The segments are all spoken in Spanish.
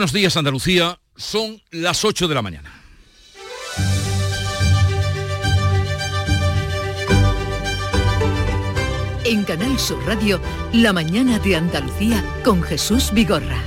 Buenos días, Andalucía. Son las 8 de la mañana. En Canal Sur Radio, La mañana de Andalucía con Jesús Vigorra.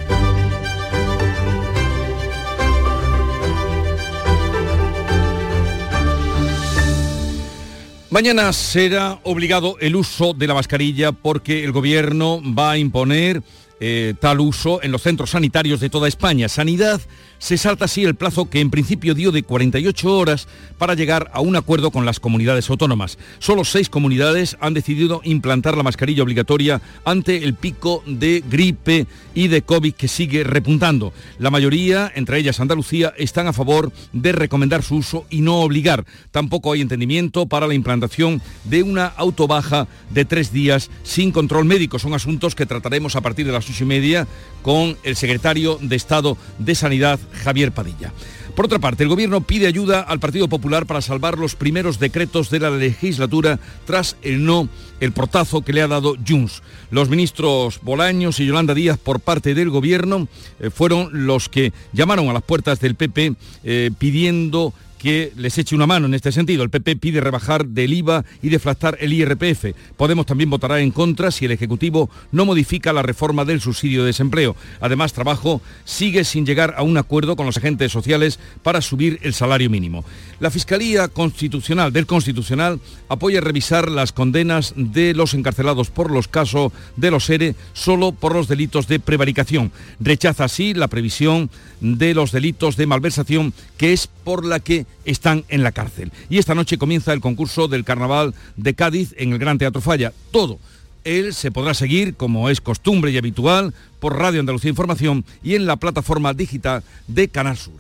Mañana será obligado el uso de la mascarilla porque el gobierno va a imponer tal uso en los centros sanitarios de toda España. Sanidad se salta así el plazo que en principio dio de 48 horas para llegar a un acuerdo con las comunidades autónomas. Solo 6 comunidades han decidido implantar la mascarilla obligatoria ante el pico de gripe y de COVID que sigue repuntando. La mayoría, entre ellas Andalucía, están a favor de recomendar su uso y no obligar. Tampoco hay entendimiento para la implantación de una autobaja de 3 días sin control médico. Son asuntos que trataremos a partir de las 8:30 con el secretario de Estado de Sanidad, Javier Padilla. Por otra parte, el Gobierno pide ayuda al Partido Popular para salvar los primeros decretos de la legislatura tras el portazo que le ha dado Junts. Los ministros Bolaños y Yolanda Díaz, por parte del Gobierno, fueron los que llamaron a las puertas del PP pidiendo que les eche una mano en este sentido. El PP pide rebajar del IVA y deflactar el IRPF. Podemos también votará en contra si el Ejecutivo no modifica la reforma del subsidio de desempleo. Además, Trabajo sigue sin llegar a un acuerdo con los agentes sociales para subir el salario mínimo. La Fiscalía del Constitucional apoya revisar las condenas de los encarcelados por los casos de los ERE solo por los delitos de prevaricación. Rechaza así la previsión de los delitos de malversación, que es por la que están en la cárcel. Y esta noche comienza el concurso del Carnaval de Cádiz en el Gran Teatro Falla. Todo él se podrá seguir, como es costumbre y habitual, por Radio Andalucía Información y en la plataforma digital de Canal Sur.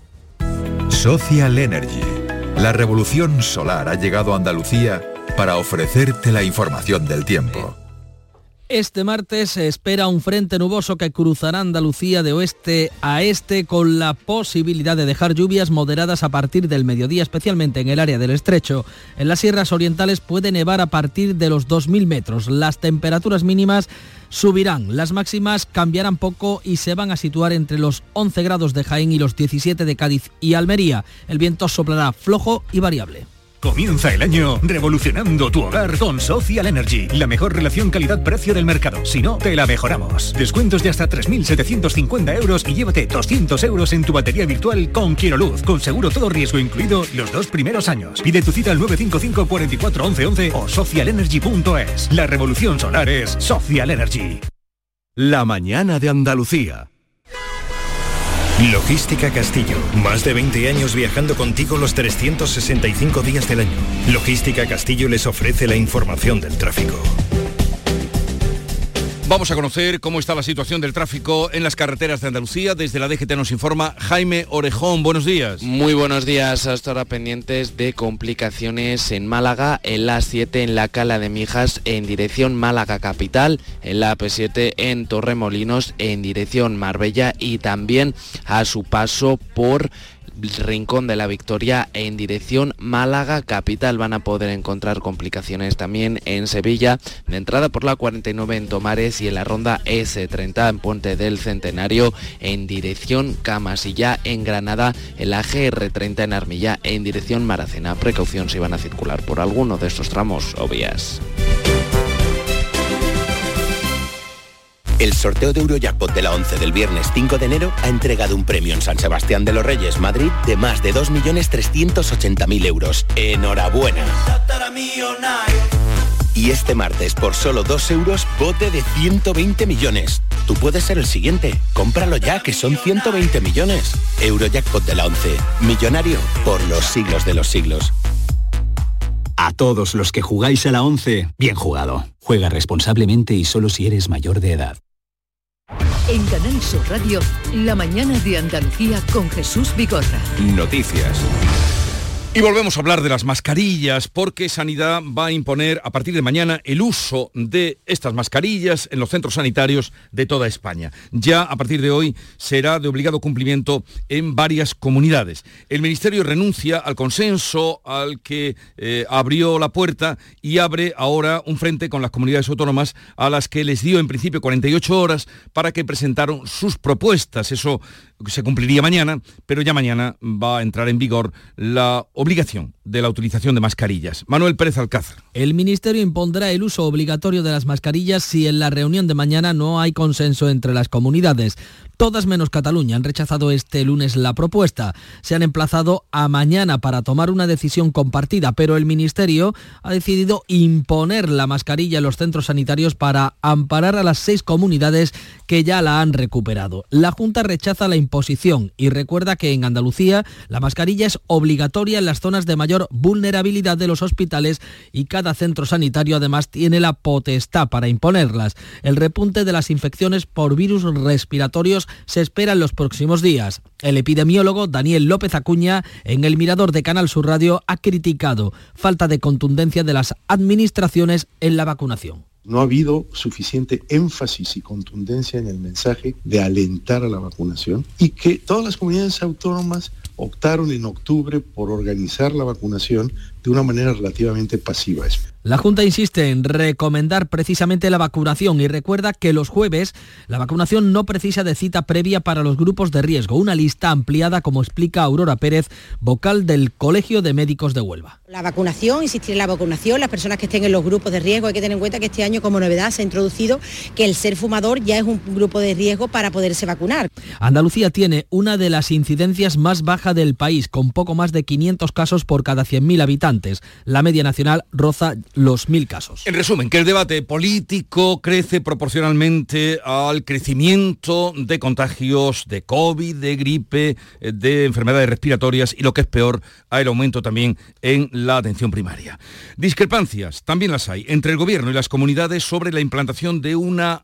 Social Energy. La revolución solar ha llegado a Andalucía para ofrecerte la información del tiempo. Este martes se espera un frente nuboso que cruzará Andalucía de oeste a este con la posibilidad de dejar lluvias moderadas a partir del mediodía, especialmente en el área del Estrecho. En las sierras orientales puede nevar a partir de los 2.000 metros. Las temperaturas mínimas subirán, las máximas cambiarán poco y se van a situar entre los 11 grados de Jaén y los 17 de Cádiz y Almería. El viento soplará flojo y variable. Comienza el año revolucionando tu hogar con Social Energy, la mejor relación calidad-precio del mercado. Si no, te la mejoramos. Descuentos de hasta 3.750 euros y llévate 200 euros en tu batería virtual con Quiroluz, con seguro todo riesgo incluido los 2 primeros años. Pide tu cita al 955 44 11 11 o socialenergy.es. La revolución solar es Social Energy. La mañana de Andalucía. Logística Castillo. Más de 20 años viajando contigo los 365 días del año. Logística Castillo les ofrece la información del tráfico. Vamos a conocer cómo está la situación del tráfico en las carreteras de Andalucía. Desde la DGT nos informa Jaime Orejón. Buenos días. Muy buenos días. Hasta ahora pendientes de complicaciones en Málaga, en la A7 en la Cala de Mijas en dirección Málaga capital, en la AP7 en Torremolinos en dirección Marbella y también a su paso por Rincón de la Victoria en dirección Málaga capital. Van a poder encontrar complicaciones también en Sevilla, de entrada por la 49 en Tomares y en la ronda S30 en Puente del Centenario en dirección Camasilla. En Granada en la GR30 en Armilla en dirección Maracena. Precaución si van a circular por alguno de estos tramos o vías. El sorteo de Eurojackpot de la 11 del viernes 5 de enero ha entregado un premio en San Sebastián de los Reyes, Madrid, de más de 2.380.000 euros. ¡Enhorabuena! Y este martes, por solo 2 euros, bote de 120 millones. Tú puedes ser el siguiente. Cómpralo ya, que son 120 millones. Eurojackpot de la 11. Millonario por los siglos de los siglos. A todos los que jugáis a la 11, bien jugado. Juega responsablemente y solo si eres mayor de edad. En Canal Sur Radio, La mañana de Andalucía con Jesús Vigorra. Noticias. Y volvemos a hablar de las mascarillas, porque Sanidad va a imponer a partir de mañana el uso de estas mascarillas en los centros sanitarios de toda España. Ya a partir de hoy será de obligado cumplimiento en varias comunidades. El Ministerio renuncia al consenso al que abrió la puerta y abre ahora un frente con las comunidades autónomas a las que les dio en principio 48 horas para que presentaron sus propuestas. Eso se cumpliría mañana, pero ya mañana va a entrar en vigor la obligación de la utilización de mascarillas. Manuel Pérez Alcázar. El Ministerio impondrá el uso obligatorio de las mascarillas si en la reunión de mañana no hay consenso entre las comunidades. Todas menos Cataluña han rechazado este lunes la propuesta. Se han emplazado a mañana para tomar una decisión compartida, pero el Ministerio ha decidido imponer la mascarilla en los centros sanitarios para amparar a las 6 comunidades que ya la han recuperado. La Junta rechaza la imposición y recuerda que en Andalucía la mascarilla es obligatoria en las zonas de mayor vulnerabilidad de los hospitales y cada centro sanitario además tiene la potestad para imponerlas. El repunte de las infecciones por virus respiratorios se espera en los próximos días. El epidemiólogo Daniel López Acuña, en El Mirador de Canal Sur Radio, ha criticado falta de contundencia de las administraciones en la vacunación. No ha habido suficiente énfasis y contundencia en el mensaje de alentar a la vacunación y que todas las comunidades autónomas optaron en octubre por organizar la vacunación de una manera relativamente pasiva. La Junta insiste en recomendar precisamente la vacunación y recuerda que los jueves la vacunación no precisa de cita previa para los grupos de riesgo. Una lista ampliada, como explica Aurora Pérez, vocal del Colegio de Médicos de Huelva. La vacunación, insistir en la vacunación, las personas que estén en los grupos de riesgo, hay que tener en cuenta que este año como novedad se ha introducido que el ser fumador ya es un grupo de riesgo para poderse vacunar. Andalucía tiene una de las incidencias más bajas del país, con poco más de 500 casos por cada 100.000 habitantes. La media nacional roza los 1.000 casos. En resumen, que el debate político crece proporcionalmente al crecimiento de contagios de COVID, de gripe, de enfermedades respiratorias y, lo que es peor, al aumento también en la atención primaria. Discrepancias, también las hay, entre el Gobierno y las comunidades sobre la implantación de un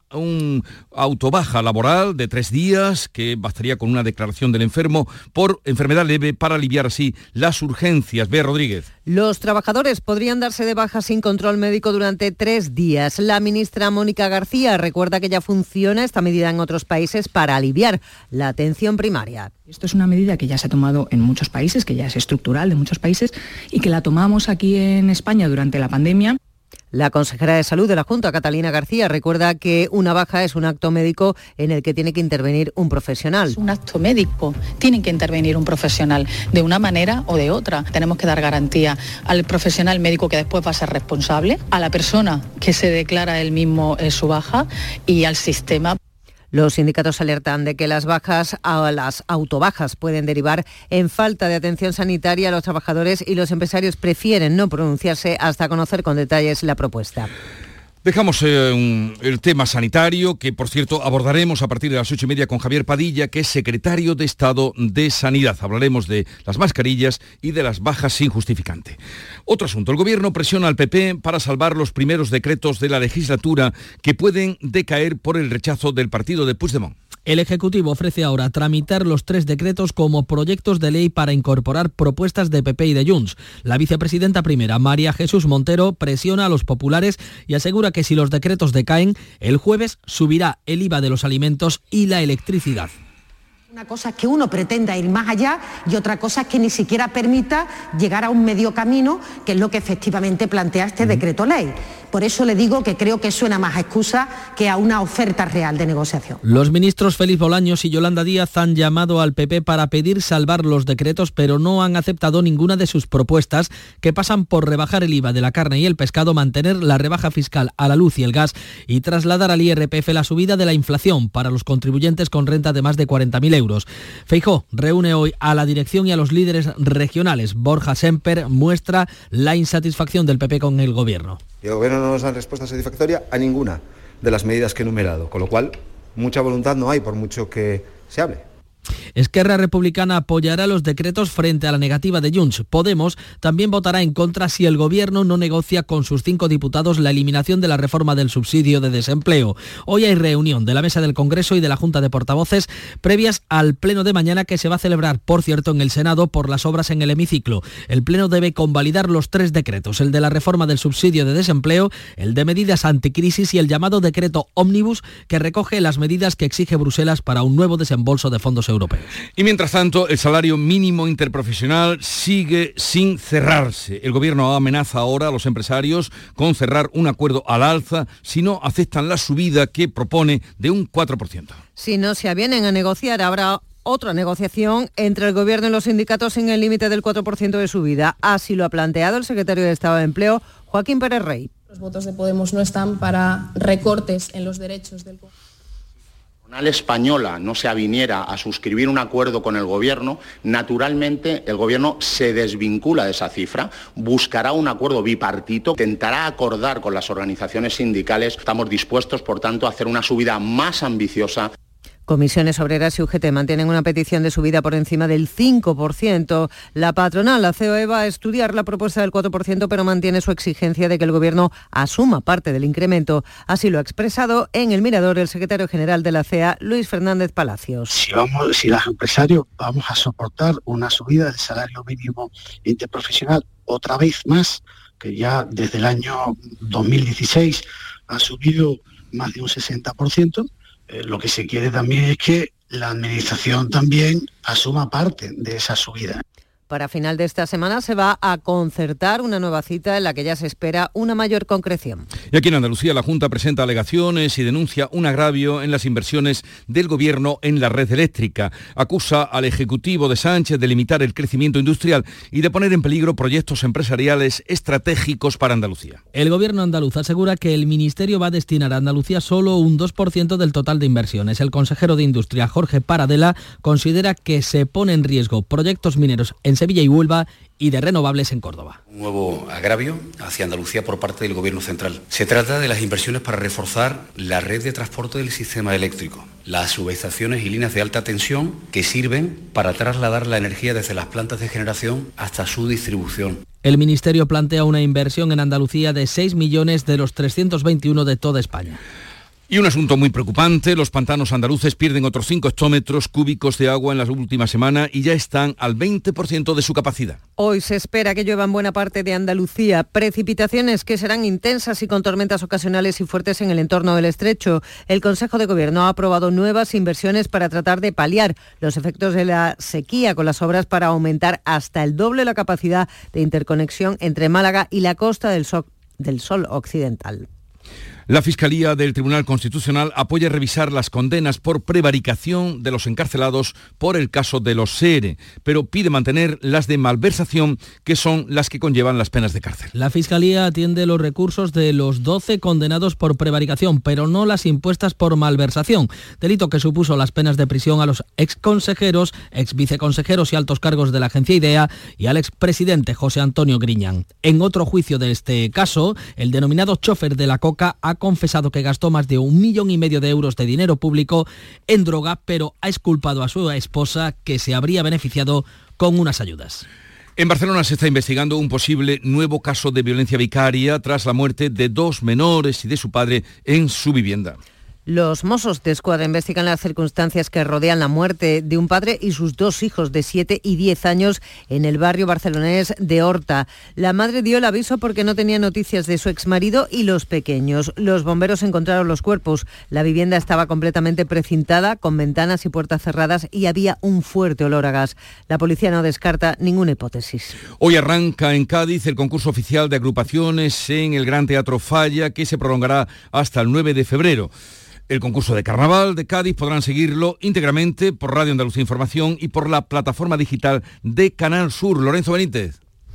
autobaja laboral de 3 días, que bastaría con una declaración del enfermo por enfermedad leve para aliviar así las urgencias. Bea Rodríguez. Los trabajadores podrían darse de baja sin control médico durante 3 días. La ministra Mónica García recuerda que ya funciona esta medida en otros países para aliviar la atención primaria. Esto es una medida que ya se ha tomado en muchos países, que ya es estructural de muchos países y que la tomamos aquí en España durante la pandemia. La consejera de Salud de la Junta, Catalina García, recuerda que una baja es un acto médico en el que tiene que intervenir un profesional. Es un acto médico, tiene que intervenir un profesional de una manera o de otra. Tenemos que dar garantía al profesional médico que después va a ser responsable, a la persona que se declara él mismo su baja y al sistema. Los sindicatos alertan de que las bajas a las autobajas pueden derivar en falta de atención sanitaria. Los trabajadores y los empresarios prefieren no pronunciarse hasta conocer con detalles la propuesta. Dejamos el tema sanitario, que por cierto abordaremos a partir de las 8:30 con Javier Padilla, que es secretario de Estado de Sanidad. Hablaremos de las mascarillas y de las bajas sin justificante. Otro asunto, el Gobierno presiona al PP para salvar los primeros decretos de la legislatura que pueden decaer por el rechazo del partido de Puigdemont. El Ejecutivo ofrece ahora tramitar los 3 decretos como proyectos de ley para incorporar propuestas de PP y de Junts. La vicepresidenta primera, María Jesús Montero, presiona a los populares y asegura que si los decretos decaen, el jueves subirá el IVA de los alimentos y la electricidad. Una cosa es que uno pretenda ir más allá y otra cosa es que ni siquiera permita llegar a un medio camino, que es lo que efectivamente plantea este decreto ley. Por eso le digo que creo que suena más a excusa que a una oferta real de negociación. Los ministros Félix Bolaños y Yolanda Díaz han llamado al PP para pedir salvar los decretos, pero no han aceptado ninguna de sus propuestas, que pasan por rebajar el IVA de la carne y el pescado, mantener la rebaja fiscal a la luz y el gas y trasladar al IRPF la subida de la inflación para los contribuyentes con renta de más de 40.000 euros. Feijóo reúne hoy a la dirección y a los líderes regionales. Borja Semper muestra la insatisfacción del PP con el Gobierno. Y el Gobierno no nos da respuesta satisfactoria a ninguna de las medidas que he enumerado, con lo cual mucha voluntad no hay por mucho que se hable. Esquerra Republicana apoyará los decretos frente a la negativa de Junts. Podemos también votará en contra si el Gobierno no negocia con sus 5 diputados la eliminación de la reforma del subsidio de desempleo. Hoy hay reunión de la Mesa del Congreso y de la Junta de Portavoces previas al pleno de mañana, que se va a celebrar, por cierto, en el Senado por las obras en el hemiciclo. El pleno debe convalidar los 3 decretos, el de la reforma del subsidio de desempleo, el de medidas anticrisis y el llamado decreto ómnibus, que recoge las medidas que exige Bruselas para un nuevo desembolso de fondos europeos. Y mientras tanto, el salario mínimo interprofesional sigue sin cerrarse. El Gobierno amenaza ahora a los empresarios con cerrar un acuerdo al alza si no aceptan la subida que propone de un 4%. Si no se avienen a negociar, habrá otra negociación entre el Gobierno y los sindicatos en el límite del 4% de subida. Así lo ha planteado el secretario de Estado de Empleo, Joaquín Pérez Rey. Los votos de Podemos no están para recortes en los derechos del española no se aviniera a suscribir un acuerdo con el Gobierno, naturalmente el Gobierno se desvincula de esa cifra, buscará un acuerdo bipartito, intentará acordar con las organizaciones sindicales. Estamos dispuestos, por tanto, a hacer una subida más ambiciosa. Comisiones Obreras y UGT mantienen una petición de subida por encima del 5%. La patronal, la COE, va a estudiar la propuesta del 4%, pero mantiene su exigencia de que el Gobierno asuma parte del incremento. Así lo ha expresado en El Mirador el secretario general de la CEA, Luis Fernández Palacios. Si los empresarios vamos a soportar una subida del salario mínimo interprofesional otra vez más, que ya desde el año 2016 ha subido más de un 60%, lo que se quiere también es que la Administración también asuma parte de esa subida. Para final de esta semana se va a concertar una nueva cita en la que ya se espera una mayor concreción. Y aquí en Andalucía la Junta presenta alegaciones y denuncia un agravio en las inversiones del Gobierno en la red eléctrica. Acusa al Ejecutivo de Sánchez de limitar el crecimiento industrial y de poner en peligro proyectos empresariales estratégicos para Andalucía. El Gobierno andaluz asegura que el Ministerio va a destinar a Andalucía solo un 2% del total de inversiones. El consejero de Industria, Jorge Paradela, considera que se pone en riesgo proyectos mineros en Sevilla y Huelva y de renovables en Córdoba. Un nuevo agravio hacia Andalucía por parte del Gobierno central. Se trata de las inversiones para reforzar la red de transporte del sistema eléctrico, las subestaciones y líneas de alta tensión que sirven para trasladar la energía desde las plantas de generación hasta su distribución. El Ministerio plantea una inversión en Andalucía de 6 millones de los 321 de toda España. Y un asunto muy preocupante, los pantanos andaluces pierden otros 5 hectómetros cúbicos de agua en las últimas semanas y ya están al 20% de su capacidad. Hoy se espera que llueva en buena parte de Andalucía, precipitaciones que serán intensas y con tormentas ocasionales y fuertes en el entorno del estrecho. El Consejo de Gobierno ha aprobado nuevas inversiones para tratar de paliar los efectos de la sequía, con las obras para aumentar hasta el doble la capacidad de interconexión entre Málaga y la costa del Sol occidental. La Fiscalía del Tribunal Constitucional apoya revisar las condenas por prevaricación de los encarcelados por el caso de los SERE, pero pide mantener las de malversación, que son las que conllevan las penas de cárcel. La Fiscalía atiende los recursos de los 12 condenados por prevaricación, pero no las impuestas por malversación, delito que supuso las penas de prisión a los exconsejeros, exviceconsejeros y altos cargos de la agencia IDEA y al expresidente José Antonio Griñán. En otro juicio de este caso, el denominado chofer de la coca ha confesado que gastó más de 1,5 millones de euros de dinero público en droga, pero ha exculpado a su esposa, que se habría beneficiado con unas ayudas. En Barcelona se está investigando un posible nuevo caso de violencia vicaria tras la muerte de 2 menores y de su padre en su vivienda. Los Mossos de Escuadra investigan las circunstancias que rodean la muerte de un padre y sus 2 hijos de 7 y 10 años en el barrio barcelonés de Horta. La madre dio el aviso porque no tenía noticias de su exmarido y los pequeños. Los bomberos encontraron los cuerpos. La vivienda estaba completamente precintada, con ventanas y puertas cerradas, y había un fuerte olor a gas. La policía no descarta ninguna hipótesis. Hoy arranca en Cádiz el concurso oficial de agrupaciones en el Gran Teatro Falla, que se prolongará hasta el 9 de febrero. El concurso de Carnaval de Cádiz podrán seguirlo íntegramente por Radio Andalucía Información y por la plataforma digital de Canal Sur. Lorenzo Benítez.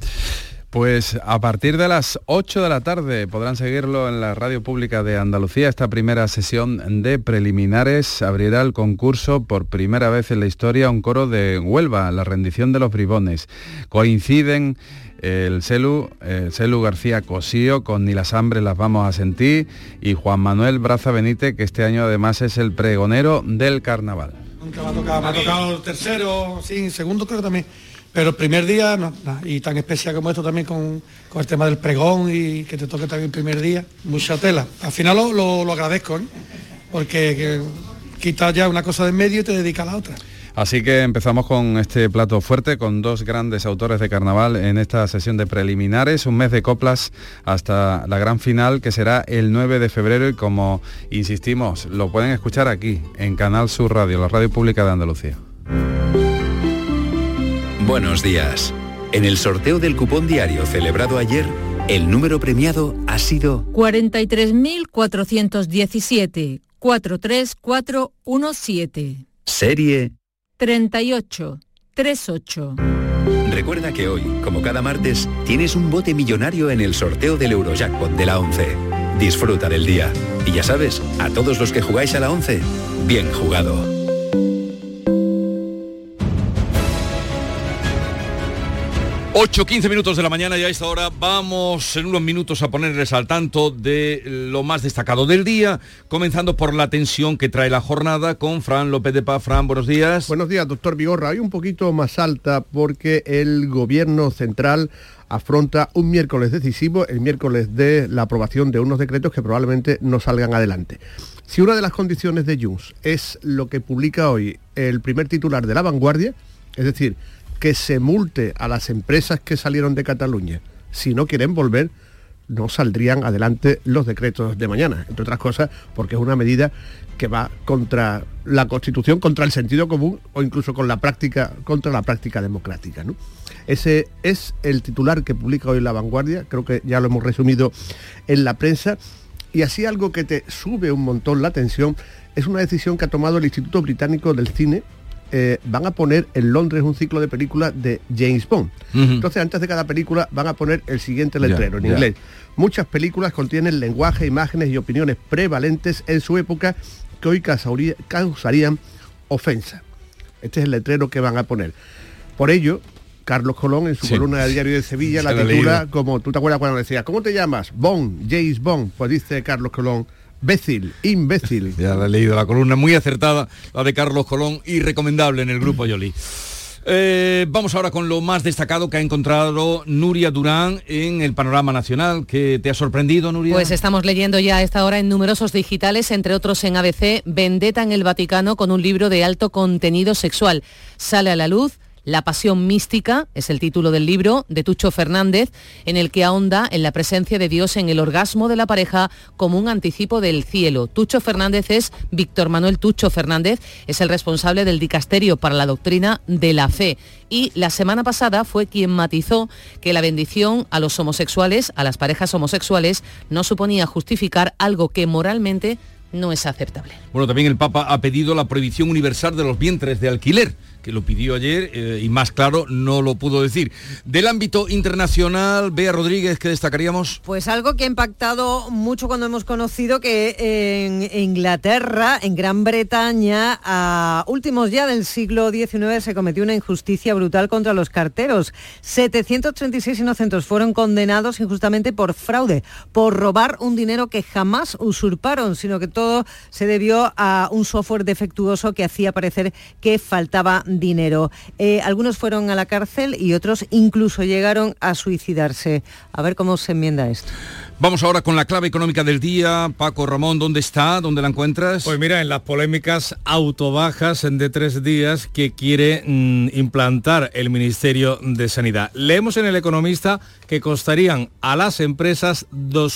Pues a partir de las 8 de la tarde podrán seguirlo en la radio pública de Andalucía. Esta primera sesión de preliminares abrirá el concurso por primera vez en la historia un coro de Huelva, La rendición de los bribones. Coinciden el Celu García Cosío con Ni las hambres las vamos a sentir, y Juan Manuel Braza Benítez, que este año además es el pregonero del carnaval. Nunca me ha tocado el tercero, sí, segundo creo que también. Pero el primer día, no, nada. Y tan especial como esto también con el tema del pregón y que te toque también el primer día. Mucha tela. Al final lo agradezco, ¿eh? Porque quitas ya una cosa de en medio y te dedicas a la otra. Así que empezamos con este plato fuerte, con dos grandes autores de carnaval en esta sesión de preliminares, un mes de coplas hasta la gran final, que será el 9 de febrero y como insistimos, lo pueden escuchar aquí, en Canal Sur Radio, la radio pública de Andalucía. Buenos días. En el sorteo del cupón diario celebrado ayer, el número premiado ha sido 43.417 43417. Serie 3838. Recuerda que hoy, como cada martes, tienes un bote millonario en el sorteo del Eurojackpot de la 11. Disfruta del día. Y ya sabes, a todos los que jugáis a la 11, bien jugado. 8:15 minutos de la mañana y a esta hora vamos en unos minutos a ponerles al tanto de lo más destacado del día, comenzando por la tensión que trae la jornada con Fran López de Paz. Fran, buenos días. Buenos días, doctor Vigorra. Hoy un poquito más alta porque el gobierno central afronta un miércoles decisivo, el miércoles de la aprobación de unos decretos que probablemente no salgan adelante. Si una de las condiciones de Junts es lo que publica hoy el primer titular de La Vanguardia, es decir, que se multe a las empresas que salieron de Cataluña si no quieren volver, no saldrían adelante los decretos de mañana, entre otras cosas porque es una medida que va contra la Constitución, contra el sentido común o incluso contra la práctica democrática, ¿no? Ese es el titular que publica hoy La Vanguardia, creo que ya lo hemos resumido en la prensa, y así algo que te sube un montón la tensión es una decisión que ha tomado el Instituto Británico del Cine. Van a poner en Londres un ciclo de películas de James Bond. Entonces, antes de cada película van a poner el siguiente letrero en inglés. Muchas películas contienen lenguaje, imágenes y opiniones prevalentes en su época que hoy causarían ofensa. Este es el letrero que van a poner. Por ello, Carlos Colón, en su columna de Diario de Sevilla, la titula como, ¿tú te acuerdas cuando decías, ¿cómo te llamas? Bond, James Bond. Pues dice Carlos Colón, imbécil. Ya la he leído, la columna muy acertada, la de Carlos Colón, y recomendable en el Grupo Yoli. Vamos ahora con lo más destacado que ha encontrado Nuria Durán en el panorama nacional. ¿Qué te ha sorprendido, Nuria? Pues estamos leyendo ya a esta hora en numerosos digitales, entre otros en ABC, Vendetta en el Vaticano con un libro de alto contenido sexual. Sale a la luz La pasión mística, es el título del libro, de Tucho Fernández, en el que ahonda en la presencia de Dios en el orgasmo de la pareja como un anticipo del cielo. Tucho Fernández es Víctor Manuel Tucho Fernández, es el responsable del Dicasterio para la Doctrina de la Fe. Y la semana pasada fue quien matizó que la bendición a los homosexuales, a las parejas homosexuales, no suponía justificar algo que moralmente no es aceptable. Bueno, también el Papa ha pedido la prohibición universal de los vientres de alquiler, que lo pidió ayer y más claro no lo pudo decir. Del ámbito internacional, Bea Rodríguez, ¿qué destacaríamos? Pues algo que ha impactado mucho cuando hemos conocido que en Inglaterra, en Gran Bretaña, a últimos ya del siglo XIX se cometió una injusticia brutal contra los carteros. 736 inocentes fueron condenados injustamente por fraude, por robar un dinero que jamás usurparon, sino que todo se debió a un software defectuoso que hacía parecer que faltaba dinero. Algunos fueron a la cárcel y otros incluso llegaron a suicidarse. A ver cómo se enmienda esto. Vamos ahora con la clave económica del día. Paco Ramón, ¿dónde está? ¿Dónde la encuentras? Pues mira, en las polémicas autobajas de 3 días que quiere implantar el Ministerio de Sanidad. Leemos en El Economista que costarían a las empresas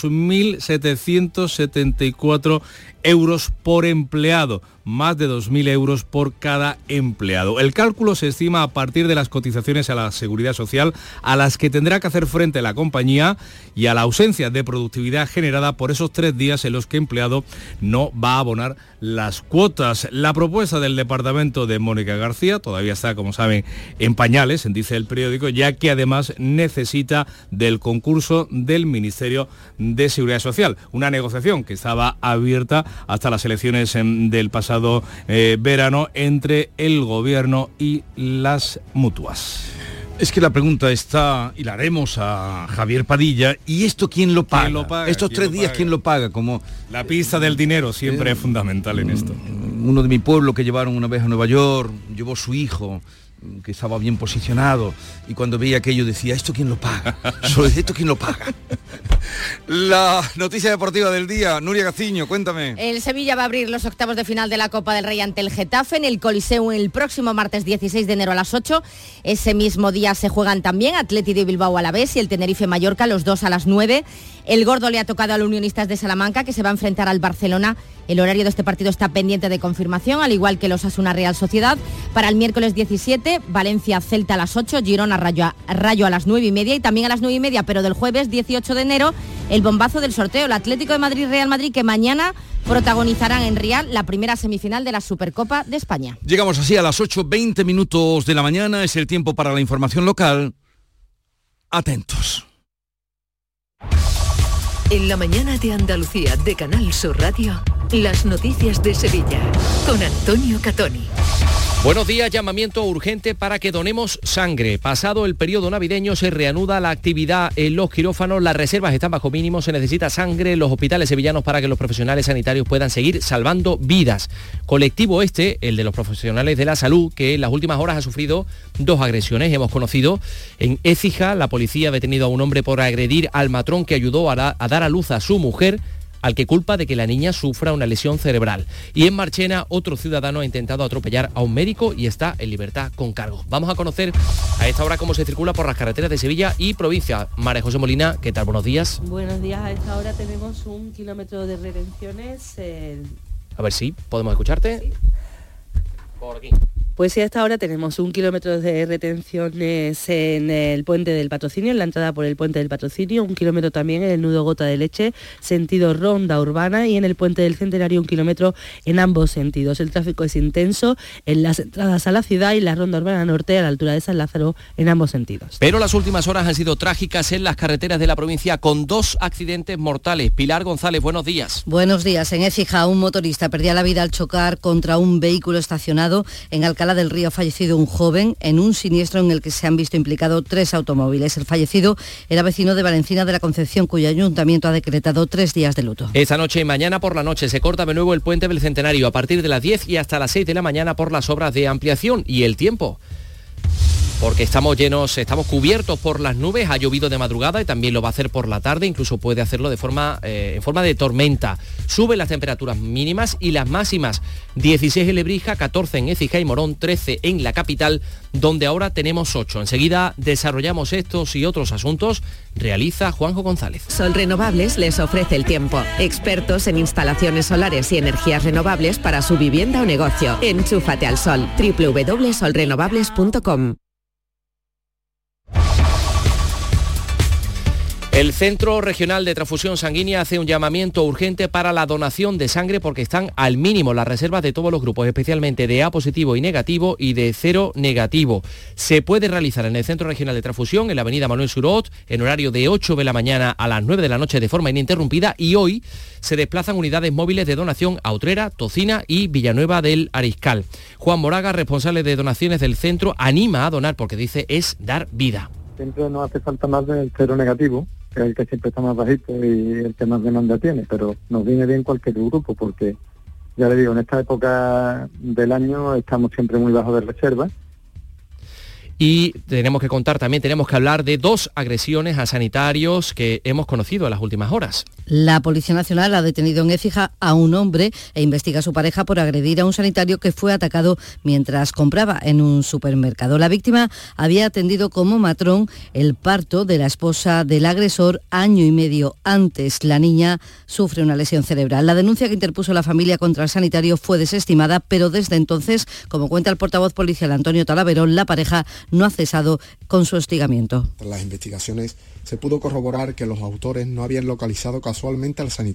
2.774 euros por empleado, más de 2.000 euros por cada empleado. El cálculo se estima a partir de las cotizaciones a la Seguridad Social a las que tendrá que hacer frente la compañía y a la ausencia de productividad generada por esos 3 días en los que el empleado no va a abonar las cuotas. La propuesta del departamento de Mónica García todavía está, como saben, en pañales, dice el periódico, ya que además necesita del concurso del Ministerio de Seguridad Social. Una negociación que estaba abierta hasta las elecciones del pasado verano entre el gobierno y las mutuas. Es que la pregunta está, y la haremos a Javier Padilla, ¿y esto quién lo paga? Estos 3 días, ¿quién lo paga? Como la pista del dinero siempre es fundamental en esto. Uno de mi pueblo que llevaron una vez a Nueva York, llevó su hijo, que estaba bien posicionado, y cuando veía aquello decía, ¿esto quién lo paga? ¿Esto quién lo paga? La noticia deportiva del día, Nuria Gaciño, cuéntame. El Sevilla va a abrir los octavos de final de la Copa del Rey ante el Getafe en el Coliseum el próximo martes 16 de enero a las 8. Ese mismo día se juegan también Athletic de Bilbao Alavés y el Tenerife Mallorca, los dos a las 9. El gordo le ha tocado al Unionistas de Salamanca, que se va a enfrentar al Barcelona. El horario de este partido está pendiente de confirmación, al igual que el Osasuna Real Sociedad. Para el miércoles 17, Valencia Celta a las 8, Girona Rayo a las 9:30 y también a las 9:30, pero del jueves 18 de enero, el bombazo del sorteo, el Atlético de Madrid Real Madrid, que mañana protagonizarán en Rial la primera semifinal de la Supercopa de España. Llegamos así a las 8:20 minutos de la mañana, es el tiempo para la información local. Atentos. En la mañana de Andalucía de Canal Sur Radio, las noticias de Sevilla con Antonio Catoni. Buenos días, llamamiento urgente para que donemos sangre. Pasado el periodo navideño se reanuda la actividad en los quirófanos, las reservas están bajo mínimo, se necesita sangre en los hospitales sevillanos para que los profesionales sanitarios puedan seguir salvando vidas. Colectivo el de los profesionales de la salud, que en las últimas horas ha sufrido 2 agresiones. Hemos conocido en Écija, la policía ha detenido a un hombre por agredir al matrón que ayudó a dar a luz a su mujer, al que culpa de que la niña sufra una lesión cerebral. Y en Marchena, otro ciudadano ha intentado atropellar a un médico y está en libertad con cargo. Vamos a conocer a esta hora cómo se circula por las carreteras de Sevilla y provincia. María José Molina, ¿qué tal? Buenos días. Buenos días, a esta hora tenemos 1 kilómetro de retenciones. A ver si podemos escucharte. Sí. Por aquí. Pues sí, a esta hora tenemos 1 kilómetro de retenciones en el puente del Patrocinio, en la entrada por el puente del Patrocinio, 1 kilómetro también en el nudo Gota de Leche, sentido Ronda Urbana, y en el puente del Centenario 1 kilómetro en ambos sentidos. El tráfico es intenso en las entradas a la ciudad y la Ronda Urbana Norte a la altura de San Lázaro en ambos sentidos. Pero las últimas horas han sido trágicas en las carreteras de la provincia con 2 accidentes mortales. Pilar González, buenos días. Buenos días. En Écija, un motorista perdía la vida al chocar contra un vehículo estacionado. En Alcalá del Río ha fallecido un joven en un siniestro en el que se han visto implicados 3 automóviles. El fallecido era vecino de Valencina de la Concepción, cuyo ayuntamiento ha decretado 3 días de luto. Esta noche y mañana por la noche se corta de nuevo el puente del Centenario a partir de las 10 y hasta las 6 de la mañana por las obras de ampliación. Y el tiempo, porque estamos cubiertos por las nubes, ha llovido de madrugada y también lo va a hacer por la tarde, incluso puede hacerlo en forma de tormenta. Suben las temperaturas mínimas y las máximas, 16 en Lebrija, 14 en Écija y Morón, 13 en la capital, donde ahora tenemos 8. Enseguida desarrollamos estos y otros asuntos, realiza Juanjo González. Sol Renovables les ofrece el tiempo, expertos en instalaciones solares y energías renovables para su vivienda o negocio. Enchúfate al sol, www.solrenovables.com. El Centro Regional de Transfusión Sanguínea hace un llamamiento urgente para la donación de sangre porque están al mínimo las reservas de todos los grupos, especialmente de A positivo y negativo y de 0 negativo. Se puede realizar en el Centro Regional de Transfusión, en la avenida Manuel Surot, en horario de 8 de la mañana a las 9 de la noche de forma ininterrumpida, y hoy se desplazan unidades móviles de donación a Utrera, Tocina y Villanueva del Ariscal. Juan Moraga, responsable de donaciones del centro, anima a donar porque dice es dar vida. Siempre nos hace falta más del 0 negativo, que es el que siempre está más bajito y el que más demanda tiene, pero nos viene bien cualquier grupo porque, ya le digo, en esta época del año estamos siempre muy bajos de reservas. Y tenemos que hablar de 2 agresiones a sanitarios que hemos conocido en las últimas horas. La Policía Nacional ha detenido en Écija a un hombre e investiga a su pareja por agredir a un sanitario que fue atacado mientras compraba en un supermercado. La víctima había atendido como matrón el parto de la esposa del agresor año y medio antes. La niña sufre una lesión cerebral. La denuncia que interpuso la familia contra el sanitario fue desestimada, pero desde entonces, como cuenta el portavoz policial Antonio Talaverón, la pareja no ha cesado con su hostigamiento. Tras las investigaciones se pudo corroborar que los autores no habían localizado casualmente al sanitario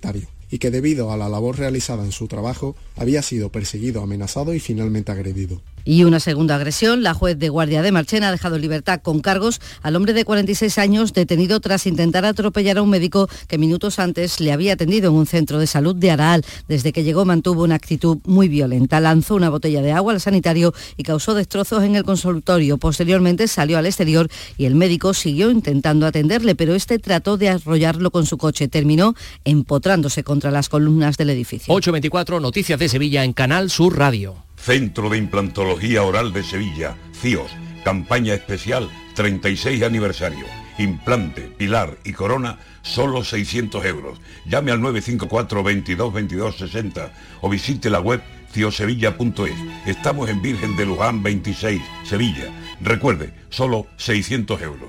y que debido a la labor realizada en su trabajo había sido perseguido, amenazado y finalmente agredido. Y una segunda agresión, la juez de guardia de Marchena ha dejado en libertad con cargos al hombre de 46 años detenido tras intentar atropellar a un médico que minutos antes le había atendido en un centro de salud de Araal. Desde que llegó mantuvo una actitud muy violenta. Lanzó una botella de agua al sanitario y causó destrozos en el consultorio. Posteriormente salió al exterior y el médico siguió intentando atenderle, pero este trató de arrollarlo con su coche. Terminó empotrándose contra las columnas del edificio. 8:24, Noticias de Sevilla en Canal Sur Radio. Centro de Implantología Oral de Sevilla, CIOS, campaña especial 36 aniversario. Implante, pilar y corona, solo 600 euros. Llame al 954 22 22 60 o visite la web ciosevilla.es. Estamos en Virgen de Luján 26, Sevilla. Recuerde, solo 600 euros.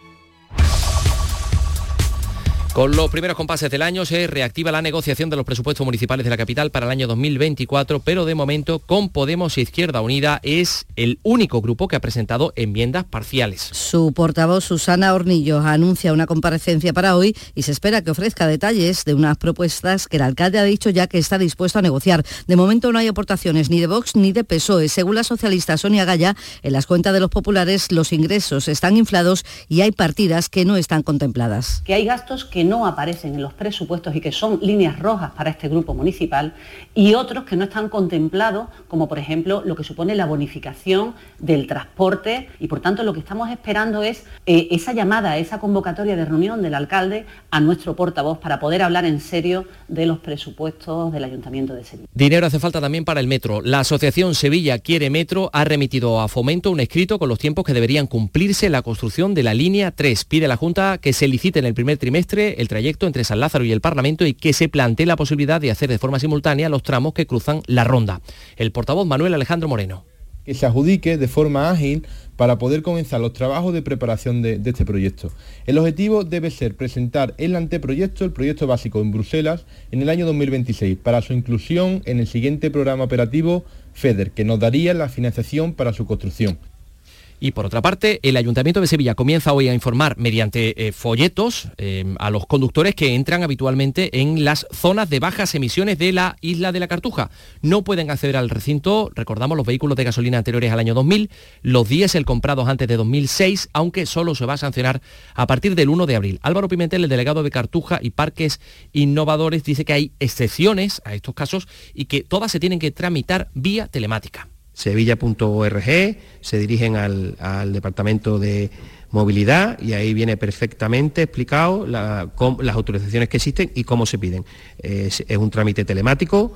Con los primeros compases del año se reactiva la negociación de los presupuestos municipales de la capital para el año 2024, pero de momento con Podemos e Izquierda Unida es el único grupo que ha presentado enmiendas parciales. Su portavoz Susana Hornillos anuncia una comparecencia para hoy y se espera que ofrezca detalles de unas propuestas que el alcalde ha dicho ya que está dispuesto a negociar. De momento no hay aportaciones ni de Vox ni de PSOE. Según la socialista Sonia Gaya, en las cuentas de los populares los ingresos están inflados y hay partidas que no están contempladas. Que hay gastos que no aparecen en los presupuestos y que son líneas rojas para este grupo municipal y otros que no están contemplados, como por ejemplo lo que supone la bonificación del transporte y por tanto lo que estamos esperando es esa llamada, esa convocatoria de reunión del alcalde a nuestro portavoz para poder hablar en serio de los presupuestos del Ayuntamiento de Sevilla. Dinero hace falta también para el metro. La Asociación Sevilla Quiere Metro ha remitido a Fomento un escrito con los tiempos que deberían cumplirse en la construcción de la línea 3. Pide a la Junta que se licite en el primer trimestre el trayecto entre San Lázaro y el Parlamento y que se plantee la posibilidad de hacer de forma simultánea los tramos que cruzan la ronda. El portavoz Manuel Alejandro Moreno. Que se adjudique de forma ágil para poder comenzar los trabajos de preparación de este proyecto. El objetivo debe ser presentar el anteproyecto, el proyecto básico en Bruselas, en el año 2026, para su inclusión en el siguiente programa operativo FEDER, que nos daría la financiación para su construcción. Y por otra parte, el Ayuntamiento de Sevilla comienza hoy a informar mediante folletos a los conductores que entran habitualmente en las zonas de bajas emisiones de la isla de la Cartuja. No pueden acceder al recinto, recordamos, los vehículos de gasolina anteriores al año 2000, los diésel comprados antes de 2006, aunque solo se va a sancionar a partir del 1 de abril. Álvaro Pimentel, el delegado de Cartuja y Parques Innovadores, dice que hay excepciones a estos casos y que todas se tienen que tramitar vía telemática. Sevilla.org, se dirigen al Departamento de Movilidad y ahí viene perfectamente explicado las autorizaciones que existen y cómo se piden. Es un trámite telemático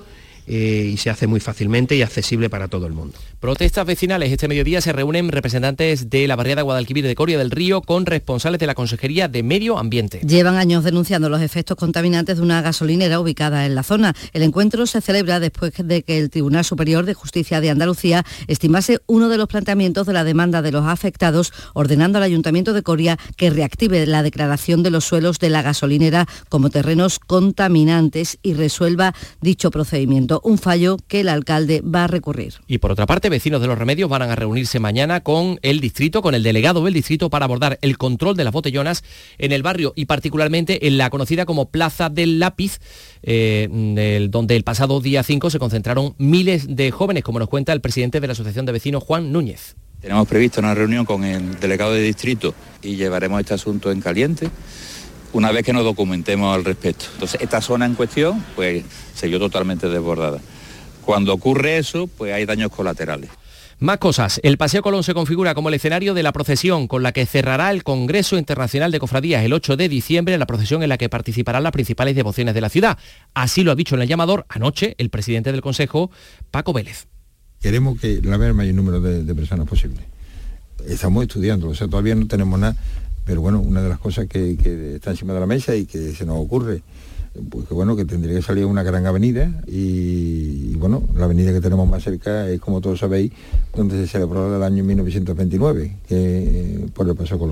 y se hace muy fácilmente y accesible para todo el mundo. Protestas vecinales. Este mediodía se reúnen representantes de la barriada Guadalquivir de Coria del Río con responsables de la Consejería de Medio Ambiente. Llevan años denunciando los efectos contaminantes de una gasolinera ubicada en la zona. El encuentro se celebra después de que el Tribunal Superior de Justicia de Andalucía estimase uno de los planteamientos de la demanda de los afectados, ordenando al Ayuntamiento de Coria que reactive la declaración de los suelos de la gasolinera como terrenos contaminantes y resuelva dicho procedimiento. Un fallo que el alcalde va a recurrir. Y por otra parte, vecinos de Los Remedios van a reunirse mañana con el distrito, con el delegado del distrito, para abordar el control de las botellonas en el barrio y particularmente en la conocida como Plaza del Lápiz, donde el pasado día 5 se concentraron miles de jóvenes, como nos cuenta el presidente de la Asociación de Vecinos, Juan Núñez. Tenemos previsto una reunión con el delegado de distrito y llevaremos este asunto en caliente una vez que nos documentemos al respecto. Entonces, esta zona en cuestión, pues, se vio totalmente desbordada. Cuando ocurre eso, pues hay daños colaterales. Más cosas. El Paseo Colón se configura como el escenario de la procesión con la que cerrará el Congreso Internacional de Cofradías el 8 de diciembre, la procesión en la que participarán las principales devociones de la ciudad. Así lo ha dicho en el llamador anoche el presidente del Consejo, Paco Vélez. Queremos que la vea el mayor número de personas posible. Estamos estudiando, o sea, todavía no tenemos nada. Pero bueno, una de las cosas que está encima de la mesa y que se nos ocurre, pues que bueno, que tendría que salir una gran avenida y bueno, la avenida que tenemos más cerca es, como todos sabéis, donde se celebró el año 1929, que por el Paseo Colón.